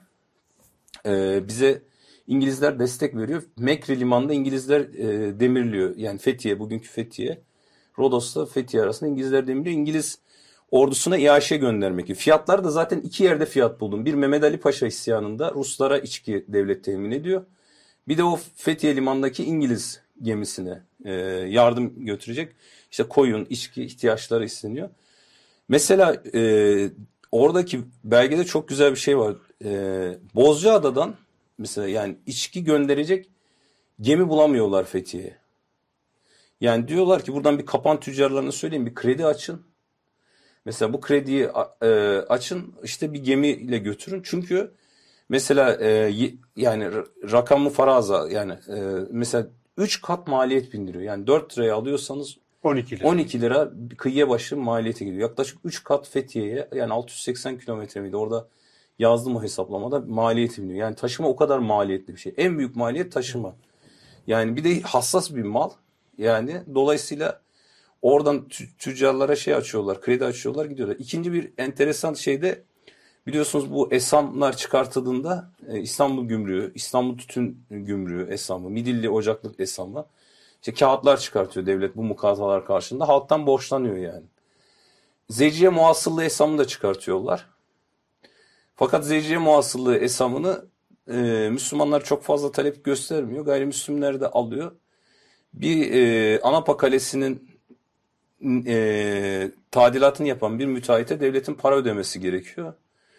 e, bize İngilizler destek veriyor. Mekre limanında İngilizler e, demirliyor. Yani Fethiye, bugünkü Fethiye. Rodos'la Fethiye arasında İngilizler demirliyor. İngiliz ordusuna İAŞ'e göndermek. Fiyatlar da zaten iki yerde fiyat buldum. Bir Mehmet Ali Paşa isyanında Ruslara içki devlet temin ediyor. Bir de o Fethiye limanındaki İngiliz gemisine e, yardım götürecek. İşte koyun, içki ihtiyaçları isteniyor. Mesela e, oradaki belgede çok güzel bir şey var. E, Bozcaada'dan mesela yani içki gönderecek gemi bulamıyorlar Fethiye'ye. Yani diyorlar ki buradan bir kapan tüccarlarına söyleyin, bir kredi açın. Mesela bu krediyi e, açın, işte bir gemiyle götürün. Çünkü Mesela e, y- yani r- rakamı faraza yani e, mesela üç kat maliyet bindiriyor. Yani dört liraya alıyorsanız on iki lira. on iki lira kıyıya başı maliyeti gidiyor. Yaklaşık üç kat Fethiye'ye, yani altı yüz seksen kilometre miydi? Orada yazdım o hesaplamada, maliyeti biniyor. Yani taşıma o kadar maliyetli bir şey. En büyük maliyet taşıma. Yani bir de hassas bir mal. Yani dolayısıyla oradan tü- tüccarlara şey açıyorlar, kredi açıyorlar, gidiyorlar. İkinci bir enteresan şey de, biliyorsunuz bu esamlar çıkartıldığında e, İstanbul Gümrüğü, İstanbul Tütün Gümrüğü esamı, Midilli Ocaklık esamı, işte kağıtlar çıkartıyor devlet bu mukatalar karşılığında. Halktan borçlanıyor yani. Zeciye muhasıllığı esamını da çıkartıyorlar. Fakat zeciye muhasıllığı esamını e, Müslümanlar çok fazla talep göstermiyor. Gayrimüslimler de alıyor. Bir e, Anapa Kalesi'nin e, tadilatını yapan bir müteahhite devletin para ödemesi gerekiyor.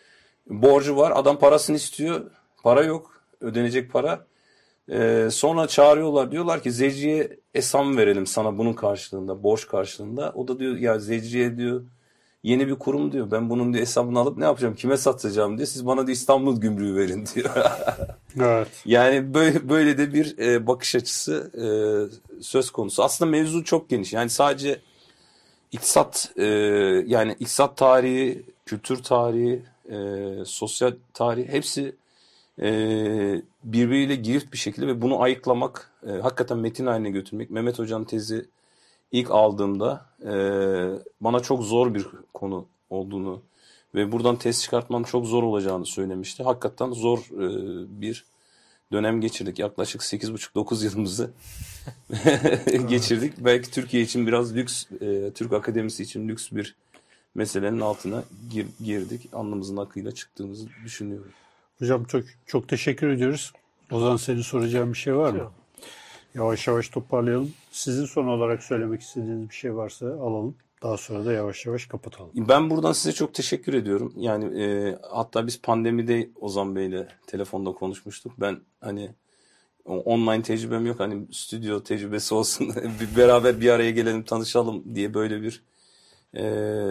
Borcu var. Adam parasını istiyor. Para yok. Ödenecek para. Ee, sonra çağırıyorlar. Diyorlar ki Zeci'ye esam verelim sana bunun karşılığında. Borç karşılığında. O da diyor ya Zeci'ye diyor yeni bir kurum diyor. Ben bunun diyor hesabını alıp ne yapacağım? Kime satacağım diyor. Siz bana diyor İstanbul Gümrüğü verin diyor. Evet. Yani böyle, böyle de bir e, bakış açısı e, söz konusu. Aslında mevzu çok geniş. Yani sadece İktisat e, yani iktisat tarihi, kültür tarihi, e, sosyal tarih hepsi e, birbiriyle girift bir şekilde ve bunu ayıklamak, e, hakikaten metin haline götürmek. Mehmet Hoca'nın tezi ilk aldığımda e, bana çok zor bir konu olduğunu ve buradan tez çıkartmanın çok zor olacağını söylemişti. Hakikaten zor e, bir dönem geçirdik. Yaklaşık sekiz buçuk dokuz yılımızı geçirdik. Belki Türkiye için biraz lüks, e, Türk Akademisi için lüks bir meselenin altına gir, girdik. Alnımızın akıyla çıktığımızı düşünüyorum. Hocam çok çok teşekkür ediyoruz. O zaman senin soracağın bir şey var mı? Yavaş yavaş toparlayalım. Sizin son olarak söylemek istediğiniz bir şey varsa alalım. Daha sonra da yavaş yavaş kapatalım. Ben buradan size çok teşekkür ediyorum. Yani e, hatta biz pandemide Ozan Bey'le telefonda konuşmuştuk. Ben hani online tecrübem yok. Hani stüdyo tecrübesi olsun. bir beraber bir araya gelelim, tanışalım diye böyle bir e,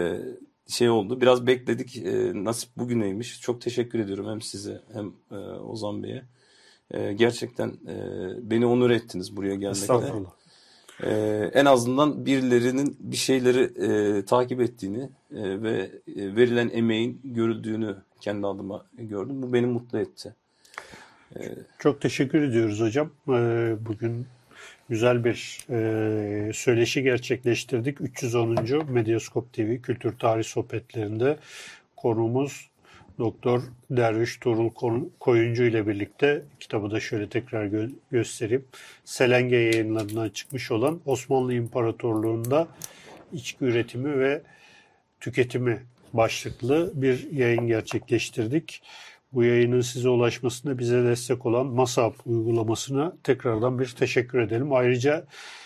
şey oldu. Biraz bekledik. E, nasip bugüneymiş. Çok teşekkür ediyorum hem size hem e, Ozan Bey'e. E, gerçekten e, beni onur ettiniz buraya gelmekle. Estağfurullah. Ee, en azından birilerinin bir şeyleri e, takip ettiğini e, ve e, verilen emeğin görüldüğünü kendi adıma gördüm. Bu beni mutlu etti. Ee, Çok teşekkür ediyoruz hocam. Ee, bugün güzel bir e, söyleşi gerçekleştirdik. üç yüz onuncu Medyaskop T V Kültür Tarih Sohbetlerinde konuğumuz Doktor Derviş Tuğrul Koyuncu ile birlikte, kitabı da şöyle tekrar gö- göstereyim. Selenge Yayınları'ndan çıkmış olan Osmanlı İmparatorluğu'nda içki üretimi ve tüketimi başlıklı bir yayın gerçekleştirdik. Bu yayının size ulaşmasında bize destek olan Masab uygulamasına tekrardan bir teşekkür edelim. Ayrıca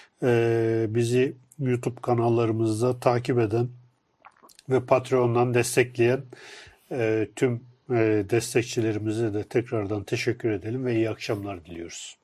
e, bizi YouTube kanallarımızda takip eden ve Patreon'dan destekleyen e, tüm e, destekçilerimize de tekrardan teşekkür edelim ve iyi akşamlar diliyoruz.